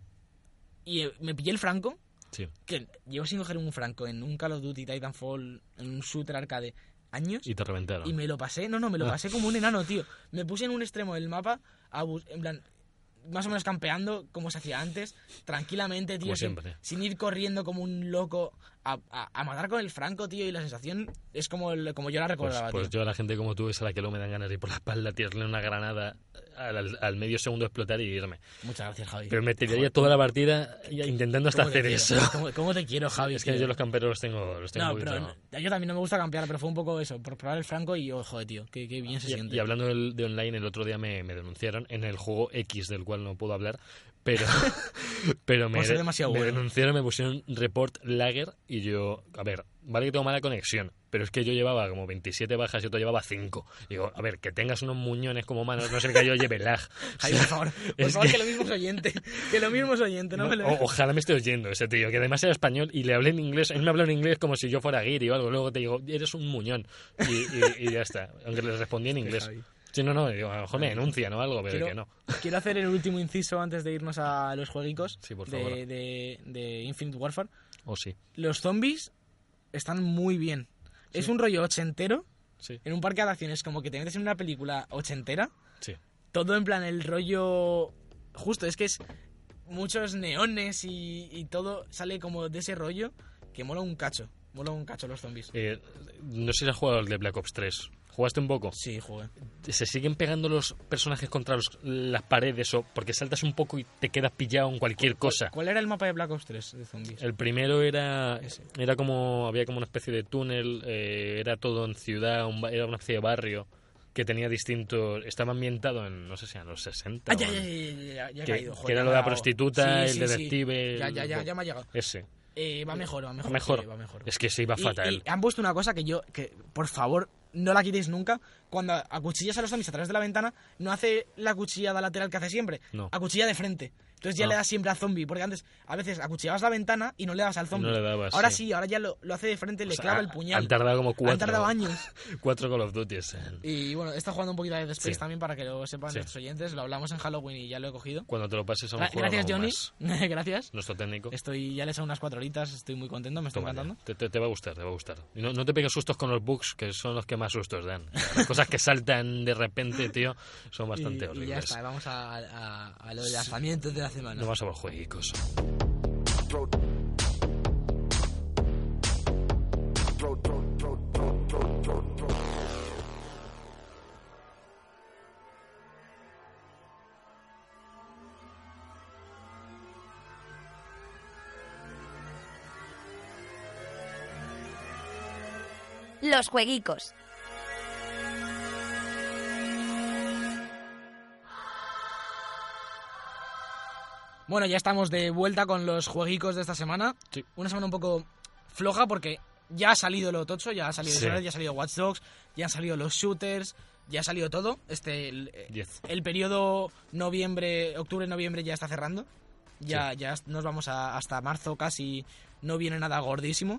Y eh, me pillé el franco. Sí. Que llevo sin coger un franco en un Call of Duty, Titanfall, en un shooter arcade años. Y te reventaron. Y me lo pasé, no, no, me lo Ah. pasé como un enano, tío. Me puse en un extremo del mapa, a bus- en plan, más o menos campeando, como se hacía antes, tranquilamente, tío, Como sin, siempre. sin ir corriendo como un loco a, a- a matar con el franco, tío, y la sensación es como, el- como yo la Pues, recordaba, pues tío. yo a la gente como tú es a la que luego me dan ganas de ir por la espalda, tirarle una granada al, al- al medio segundo explotar y irme. Muchas gracias, Javi. Pero me tiraría Joder, toda la partida ya intentando hasta ¿cómo te hacer quiero? eso. ¿Cómo, cómo te quiero, Javi? Es que tío? yo los camperos los tengo, los tengo No, un pero poquito- no, yo también no me gusta campear, pero fue un poco eso, por probar el franco y, oh, joder, tío, qué, qué bien se Y, siente. y hablando del- de online, el otro día me, me denunciaron en el juego X, del cual no puedo hablar, pero, pero me, Por ser de- demasiado me bueno. denunciaron, me pusieron report lagger y yo, a ver, vale que tengo mala conexión, pero es que yo llevaba como veintisiete bajas y otro llevaba cinco. Digo, a ver, que tengas unos muñones como manos, no sé que yo lleve lag. Javi, por favor, por es favor, que... que- lo mismo es oyente, que lo mismo es oyente, no, No, me lo o- ojalá me esté oyendo ese tío, que además era español y le hablé en inglés. Él me habló en inglés como si yo fuera guiri o algo. Luego te digo, eres un muñón. Y, y- y ya está. Aunque le respondí en inglés. Javi. Sí, no, no, digo, a lo mejor me denuncian o algo, pero Quiero, que no. quiero hacer el último inciso antes de irnos a los jueguicos Sí, por favor. de, de, de Infinite Warfare. O sí. Los zombies están muy bien. Es un rollo ochentero. Sí, En un parque de atracciones, como que te metes en una película ochentera. sí. Todo en plan el rollo... Justo, es que es muchos neones y, y todo sale como de ese rollo que mola un cacho. Mola un cacho los zombies. Eh, no sé si has jugado al de Black Ops tres. ¿Jugaste un poco? Sí, jugué. ¿Se siguen pegando los personajes contra los- las paredes o porque saltas un poco y te quedas pillado en cualquier cosa? ¿Cuál era el mapa de Black Ops tres de zombies? El primero era Ese. era como había como una especie de túnel, eh, era todo en ciudad, un ba- era una especie de barrio que tenía distintos, estaba ambientado en no sé si en los sesenta. Ah, ya, o ya, en- ya, ya, ya, ya he que, caído. Joder, que era ya lo me de ha la dado. prostituta, Sí, el sí, sí. detective, Ya, el- ya, ya, ya me ha llegado. ese. Eh, va mejor, va mejor. Mejor. sí, va mejor. Es que se iba Y- fatal. Y, han puesto una cosa que yo, que por favor, no la quitéis nunca. Cuando acuchillas a los zombies a través de la ventana, no hace la cuchillada lateral que hace siempre. No. Acuchilla de frente. Entonces ya Ah. le das siempre al zombie. Porque antes, a veces, acuchillabas la ventana y no le dabas al zombie. No le dabas, ahora sí. sí. ahora ya lo, lo hace de frente, le O sea, clava el puñal. Han tardado como cuatro. Han tardado años. Cuatro Call of Duty. en- Y bueno, he estado jugando un poquito de Dead Space Sí. también para que lo sepan Sí. nuestros oyentes. Lo hablamos en Halloween y ya lo he cogido. Cuando te lo pases a un Gra- juego Gracias, Johnny. más. Gracias. Nuestro técnico. Estoy, ya le he echado unas cuatro horitas, estoy muy contento, me está Toma ya. encantando. Te, te- te va a gustar, te va a gustar. Y no, no te pegues sustos con los bugs, que son los que más sustos dan. Las cosas que saltan de repente, tío, son bastante y, y horribles. ya está, vamos a, a, a los lanzamientos de la semana. No vas a ver jueguicos. Los jueguicos. Bueno, ya estamos de vuelta con los jueguicos de esta semana. Sí. Una semana un poco floja porque ya ha salido lo tocho, ya ha salido Sí. Dishonored, ya ha salido Watch Dogs, ya han salido los shooters, ya ha salido todo. Este el, Diez. el periodo noviembre, octubre-noviembre ya está cerrando. Ya, Sí. ya nos vamos a, hasta marzo casi, no viene nada gordísimo.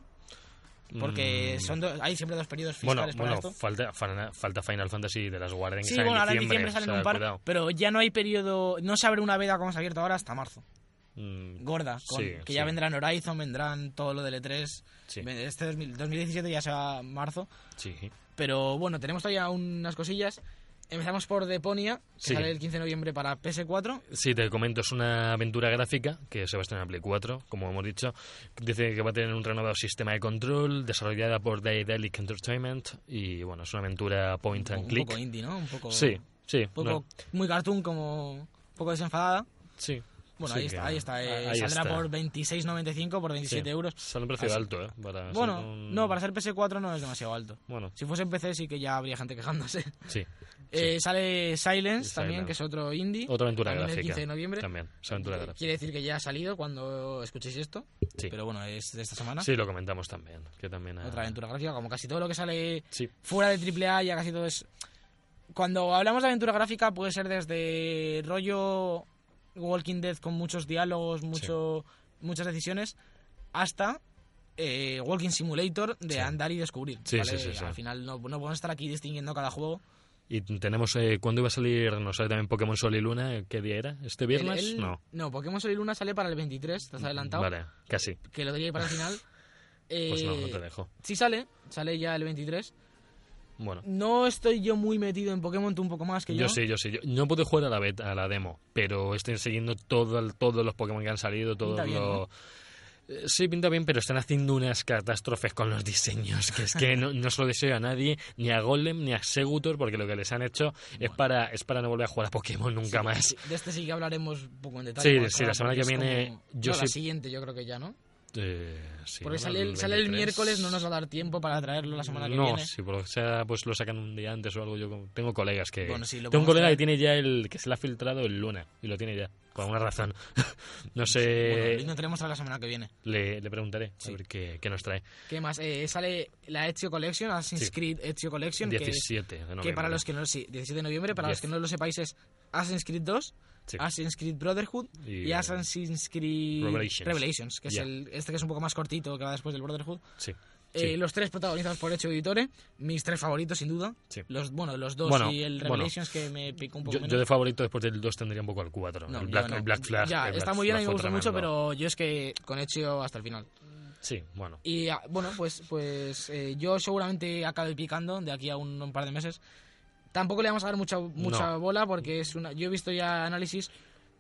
Porque Mm. son do- hay siempre dos periodos Bueno, fiscales para bueno esto. falta, fa- falta Final Fantasy de las Guardian que Sí, sale bueno, ahora en diciembre, diciembre salen o sea, un par, cuidado. pero ya no hay periodo, no se abre una veda como se ha abierto ahora hasta marzo. Mm, Gorda, con- sí, que sí. ya vendrán Horizon, vendrán todo lo del E tres. Sí. Este dos mil dos mil diecisiete ya será marzo. Sí. Pero bueno, tenemos todavía unas cosillas. Empezamos por Deponia, que Sí. sale el quince de noviembre para P S cuatro. Sí, te comento, es una aventura gráfica que se va a estrenar en Play cuatro, como hemos dicho. Dice que va a tener un renovado sistema de control, desarrollada por Daedalic Entertainment, y bueno, es una aventura point and Un click. poco indie, ¿no? Un poco, Sí, sí. un poco no, muy cartoon, como un poco desenfadada. sí. Bueno, Sí ahí, que- está, ahí está, eh, ahí saldrá está. por veintiséis con noventa y cinco, por veintisiete Sí. euros. Sale un precio Así- alto, ¿eh? Para Bueno, ser un- no, para ser P S cuatro no es demasiado alto. Bueno, Si fuese en P C sí que ya habría gente quejándose. sí. Eh, sale Silence Silence. también, que es otro indie. Otra aventura también gráfica. el quince de noviembre. También, es aventura Eh, gráfica. Quiere decir que ya ha salido cuando escuchéis esto. Sí. Pero bueno, es de esta semana. Sí, lo comentamos también. Que también ha- Otra aventura gráfica, como casi todo lo que sale Sí, fuera de triple A, ya casi todo es... Cuando hablamos de aventura gráfica puede ser desde rollo Walking Dead con muchos diálogos, mucho, muchas decisiones, hasta eh, Walking Simulator de Sí. andar y descubrir. Sí, ¿vale? sí, sí, sí. Al final no, no podemos estar aquí distinguiendo cada juego. y tenemos, eh, ¿cuándo iba a salir? Nos sale también Pokémon Sol y Luna, ¿qué día era? ¿este viernes? El- el- No. No, Pokémon Sol y Luna sale para el veintitrés, te has adelantado. Vale, casi. Que lo diría para el final. Pues no, no Eh, te dejo. Sí sale, sale ya el veintitrés. Bueno. No estoy yo muy metido en Pokémon, tú un poco más que yo. Yo sí, yo sí. Yo no puedo jugar a la beta, a la demo, pero estoy siguiendo todo el- todos los Pokémon que han salido, todo Pinta bien, lo... Eh, Sí, pinta bien, pero están haciendo unas catástrofes con los diseños, que es que no, no se lo deseo a nadie, ni a Golem, ni a Segutor, porque lo que les han hecho es para es para no volver a jugar a Pokémon nunca Sí, más. sí, de este sí que hablaremos un poco en detalle. Sí, más sí, la ahora, semana porque que es viene como- yo no, la sí- siguiente yo creo que ya, ¿no? Eh, sí, Porque ¿no? sale el, sale el veintitrés. miércoles, no nos va a dar tiempo para traerlo la semana que no, viene. sí, por lo que sea, pues lo sacan un día antes o algo. Yo como- tengo colegas que... Bueno, sí, lo tengo un podemos colega traer. que tiene ya el... que se le ha filtrado el Luna, y lo tiene ya, por alguna razón. no sé... Bueno, lo intentaremos traer la semana que viene. le, le preguntaré Sí. a ver qué, qué nos trae. ¿Qué más? Eh, sale la Ezio Collection, Assassin's Sí. Creed Ezio Collection, que es- diecisiete de noviembre. que para los que no sí, diecisiete de noviembre, para los diez. que no lo sepáis es Assassin's Creed dos, Sí. Assassin's Creed Brotherhood y, Y, Assassin's Creed Revelations. que es Ya. el este que es un poco más cortito que va después del Brotherhood. Sí. Eh, Sí. Los tres protagonizados por Ezio Auditore, mis tres favoritos sin duda. Sí. Los bueno, los dos Bueno, y el bueno. Revelations que me picó un poco Yo, menos. yo de favorito después del dos tendría un poco al cuatro. No, el, yo Black, no. el Black Flag. Ya, el está Black muy bien, a mí Flag me fue gusta mucho, tremendo. pero yo es que con Ezio hasta el final. Sí, bueno. Y ah, bueno, pues pues eh, yo seguramente acabe picando de aquí a un, un par de meses. Tampoco le vamos a dar mucha mucha No. bola porque es una yo he visto ya análisis,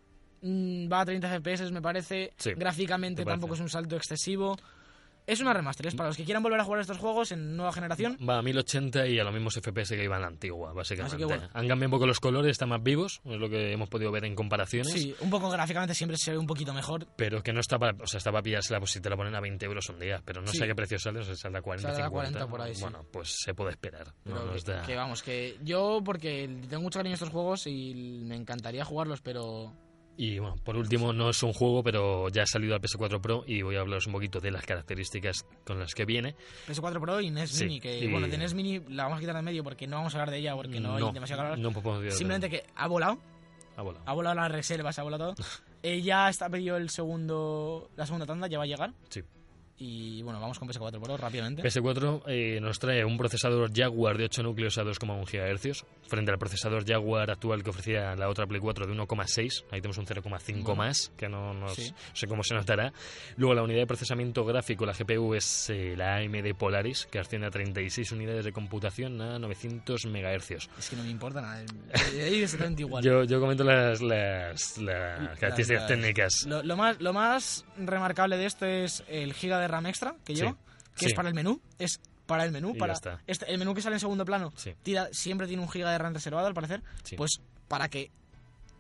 mm, va a treinta F P S me parece, Sí, gráficamente me parece. tampoco es un salto excesivo. Es una remaster, es para los que quieran volver a jugar estos juegos en nueva generación. Va a mil ochenta y a los mismos F P S que iba en la antigua, básicamente. Así que bueno. Han cambiado un poco los colores, están más vivos, es lo que hemos podido ver en comparaciones. Sí, un poco gráficamente siempre se ve un poquito mejor. Pero que no está para, o sea, está para pillársela, pues si te la ponen a veinte euros un día, pero no Sí. sé a qué precio sale, o sea, saldrá a cuarenta, Saldrá a cincuenta. cuarenta por ahí, sí. Bueno, pues se puede esperar. No Pero nos que, da... que vamos, que yo porque tengo mucho cariño a estos juegos y me encantaría jugarlos, pero Y bueno, por último, no es un juego, pero ya ha salido al P S cuatro Pro y voy a hablaros un poquito de las características con las que viene. P S cuatro Pro y N E S Sí, Mini, que y- bueno, de N E S Mini la vamos a quitar de medio porque no vamos a hablar de ella porque no, hay demasiado que hablar. No podemos decir- Simplemente que ha volado, Ha volado. ha volado las reservas, ha volado todo. Eh, ya está pedido el segundo, la segunda tanda, ya va a llegar. Sí. Y bueno, vamos con P S cuatro Pro rápidamente. P S cuatro eh, nos trae un procesador Jaguar de ocho núcleos a dos coma uno gigahercios, frente al procesador Jaguar actual que ofrecía la otra Play cuatro de uno coma seis. Ahí tenemos un cero coma cinco Bueno. más, que no, no Sí. sé cómo se notará. Luego la unidad de procesamiento gráfico, la G P U, es eh, la A M D Polaris, que asciende a treinta y seis unidades de computación a novecientos megahercios. Es que no me importa nada. Es exactamente igual. Yo, yo comento las, las, las características Las- técnicas. Lo, lo más, lo más remarcable de esto es el giga de RAM extra que Sí, lleva, que sí. es para el menú. Es para el menú. Y para ya está. este- el menú que sale en segundo plano Sí. tira, siempre tiene un giga de RAM reservado, al parecer. Sí. Pues para que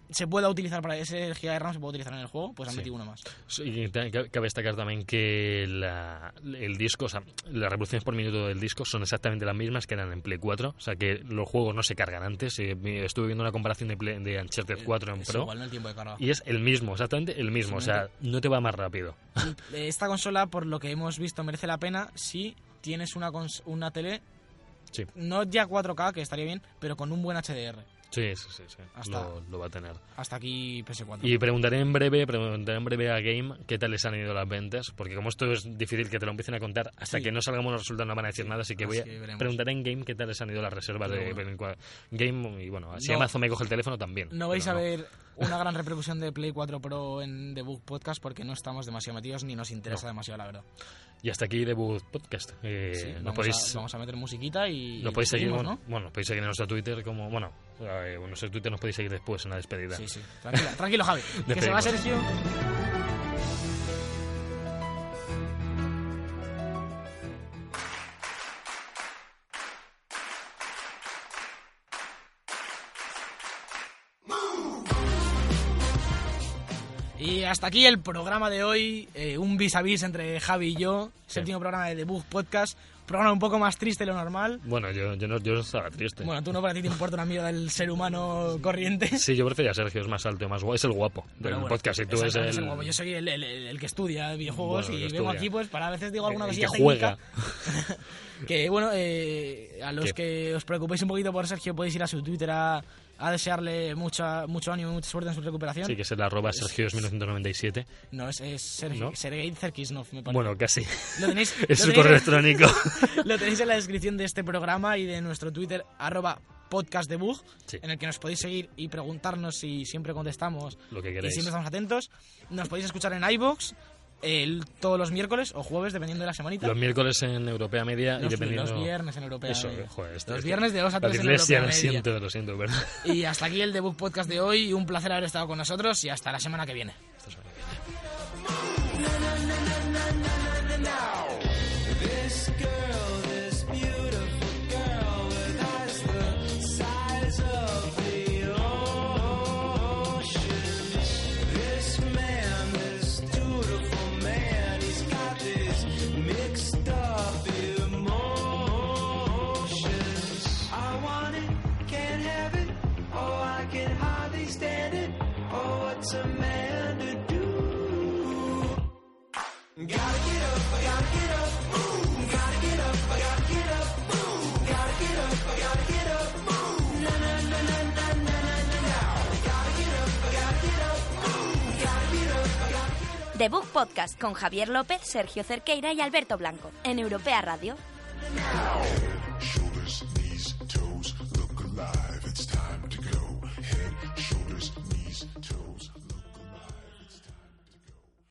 se pueda utilizar para ese giga de RAM se puede utilizar en el juego, pues han Sí. metido uno más. Y cabe destacar también que la, el disco, o sea, las revoluciones por minuto del disco son exactamente las mismas que eran en Play cuatro, o sea que los juegos no se cargan antes. Eh, Estuve viendo una comparación de, Play, de Uncharted cuatro en Es Pro igual, ¿no? El tiempo de carga. y es el mismo, exactamente el mismo, o sea, no te va más rápido. Esta consola, por lo que hemos visto, merece la pena si tienes una, cons- una tele, Sí, no ya cuatro K, que estaría bien, pero con un buen H D R. sí, sí, sí, sí. Hasta- Lo, lo va a tener. Hasta aquí P S cuatro. Y preguntaré en breve, preguntaré en breve a Game qué tal les han ido las ventas, porque como esto es difícil que te lo empiecen a contar, hasta Sí. que no salgamos los resultados no van a decir nada, así que voy a Así que veremos. preguntaré en Game qué tal les han ido las reservas Pero de bueno. Game, y bueno, si No. Amazon me coge el teléfono también. No vais pero a ver una gran repercusión de Play cuatro Pro en The Book Podcast porque no estamos demasiado metidos ni nos interesa No. demasiado, la verdad. Y hasta aquí Debut Podcast. Eh, Sí, nos vamos, podéis, a, vamos a meter musiquita y... nos podéis seguir, seguimos, bueno, ¿no? bueno, nos podéis seguir en nuestro Twitter como, bueno, eh, en nuestro Twitter nos podéis seguir después en la despedida. Sí, sí. Tranquila, tranquilo, Javi. Que se va Despedimos. Sergio. Y hasta aquí el programa de hoy, eh, un vis a vis entre Javi y yo, Sí. séptimo programa de The Bug Podcast, programa un poco más triste de lo normal. Bueno, yo, yo, no, yo no estaba triste. Bueno, tú no, para ti te importa una mierda del ser humano corriente. Sí, yo prefería a Sergio, es más alto, más guapo, es el guapo del Pero bueno, podcast y tú eres exactamente, el... es guapo. Yo soy el, el- el que estudia videojuegos Bueno, el y que vengo estudia. aquí pues para a veces digo alguna el cosilla que juega. técnica. Que bueno, eh, a los ¿Qué? que os preocupéis un poquito por Sergio podéis ir a su Twitter a, a desearle mucha, mucho ánimo y mucha suerte en su recuperación. Sí, que es el arroba Sergio mil novecientos noventa y siete. No, es, es Sergio, ¿No? Sergei Zerkisnov, me parece. Bueno, casi. Lo tenéis, Es lo su tenéis- correo electrónico. Lo tenéis en la descripción de este programa y de nuestro Twitter, arroba podcastdebug, Sí. en el que nos podéis seguir y preguntarnos si siempre contestamos Lo que y queréis. siempre estamos atentos. Nos podéis escuchar en iVoox el, todos los miércoles o jueves, dependiendo de la semanita. Los miércoles en Europea Media y Los- dependiendo... los viernes en Europea Eso, Media. joder. esto- Los esto- viernes de dos a la tres en dislexia, Europea lo Media. siento, lo siento, ¿verdad? Y hasta aquí el Debug Podcast de hoy. Un placer haber estado con nosotros y hasta la semana que viene. Esto es lo que viene. The Book Podcast con Javier López, Sergio Cerqueira y Alberto Blanco en Europea Radio. Shoulders, knees, toes, look alive.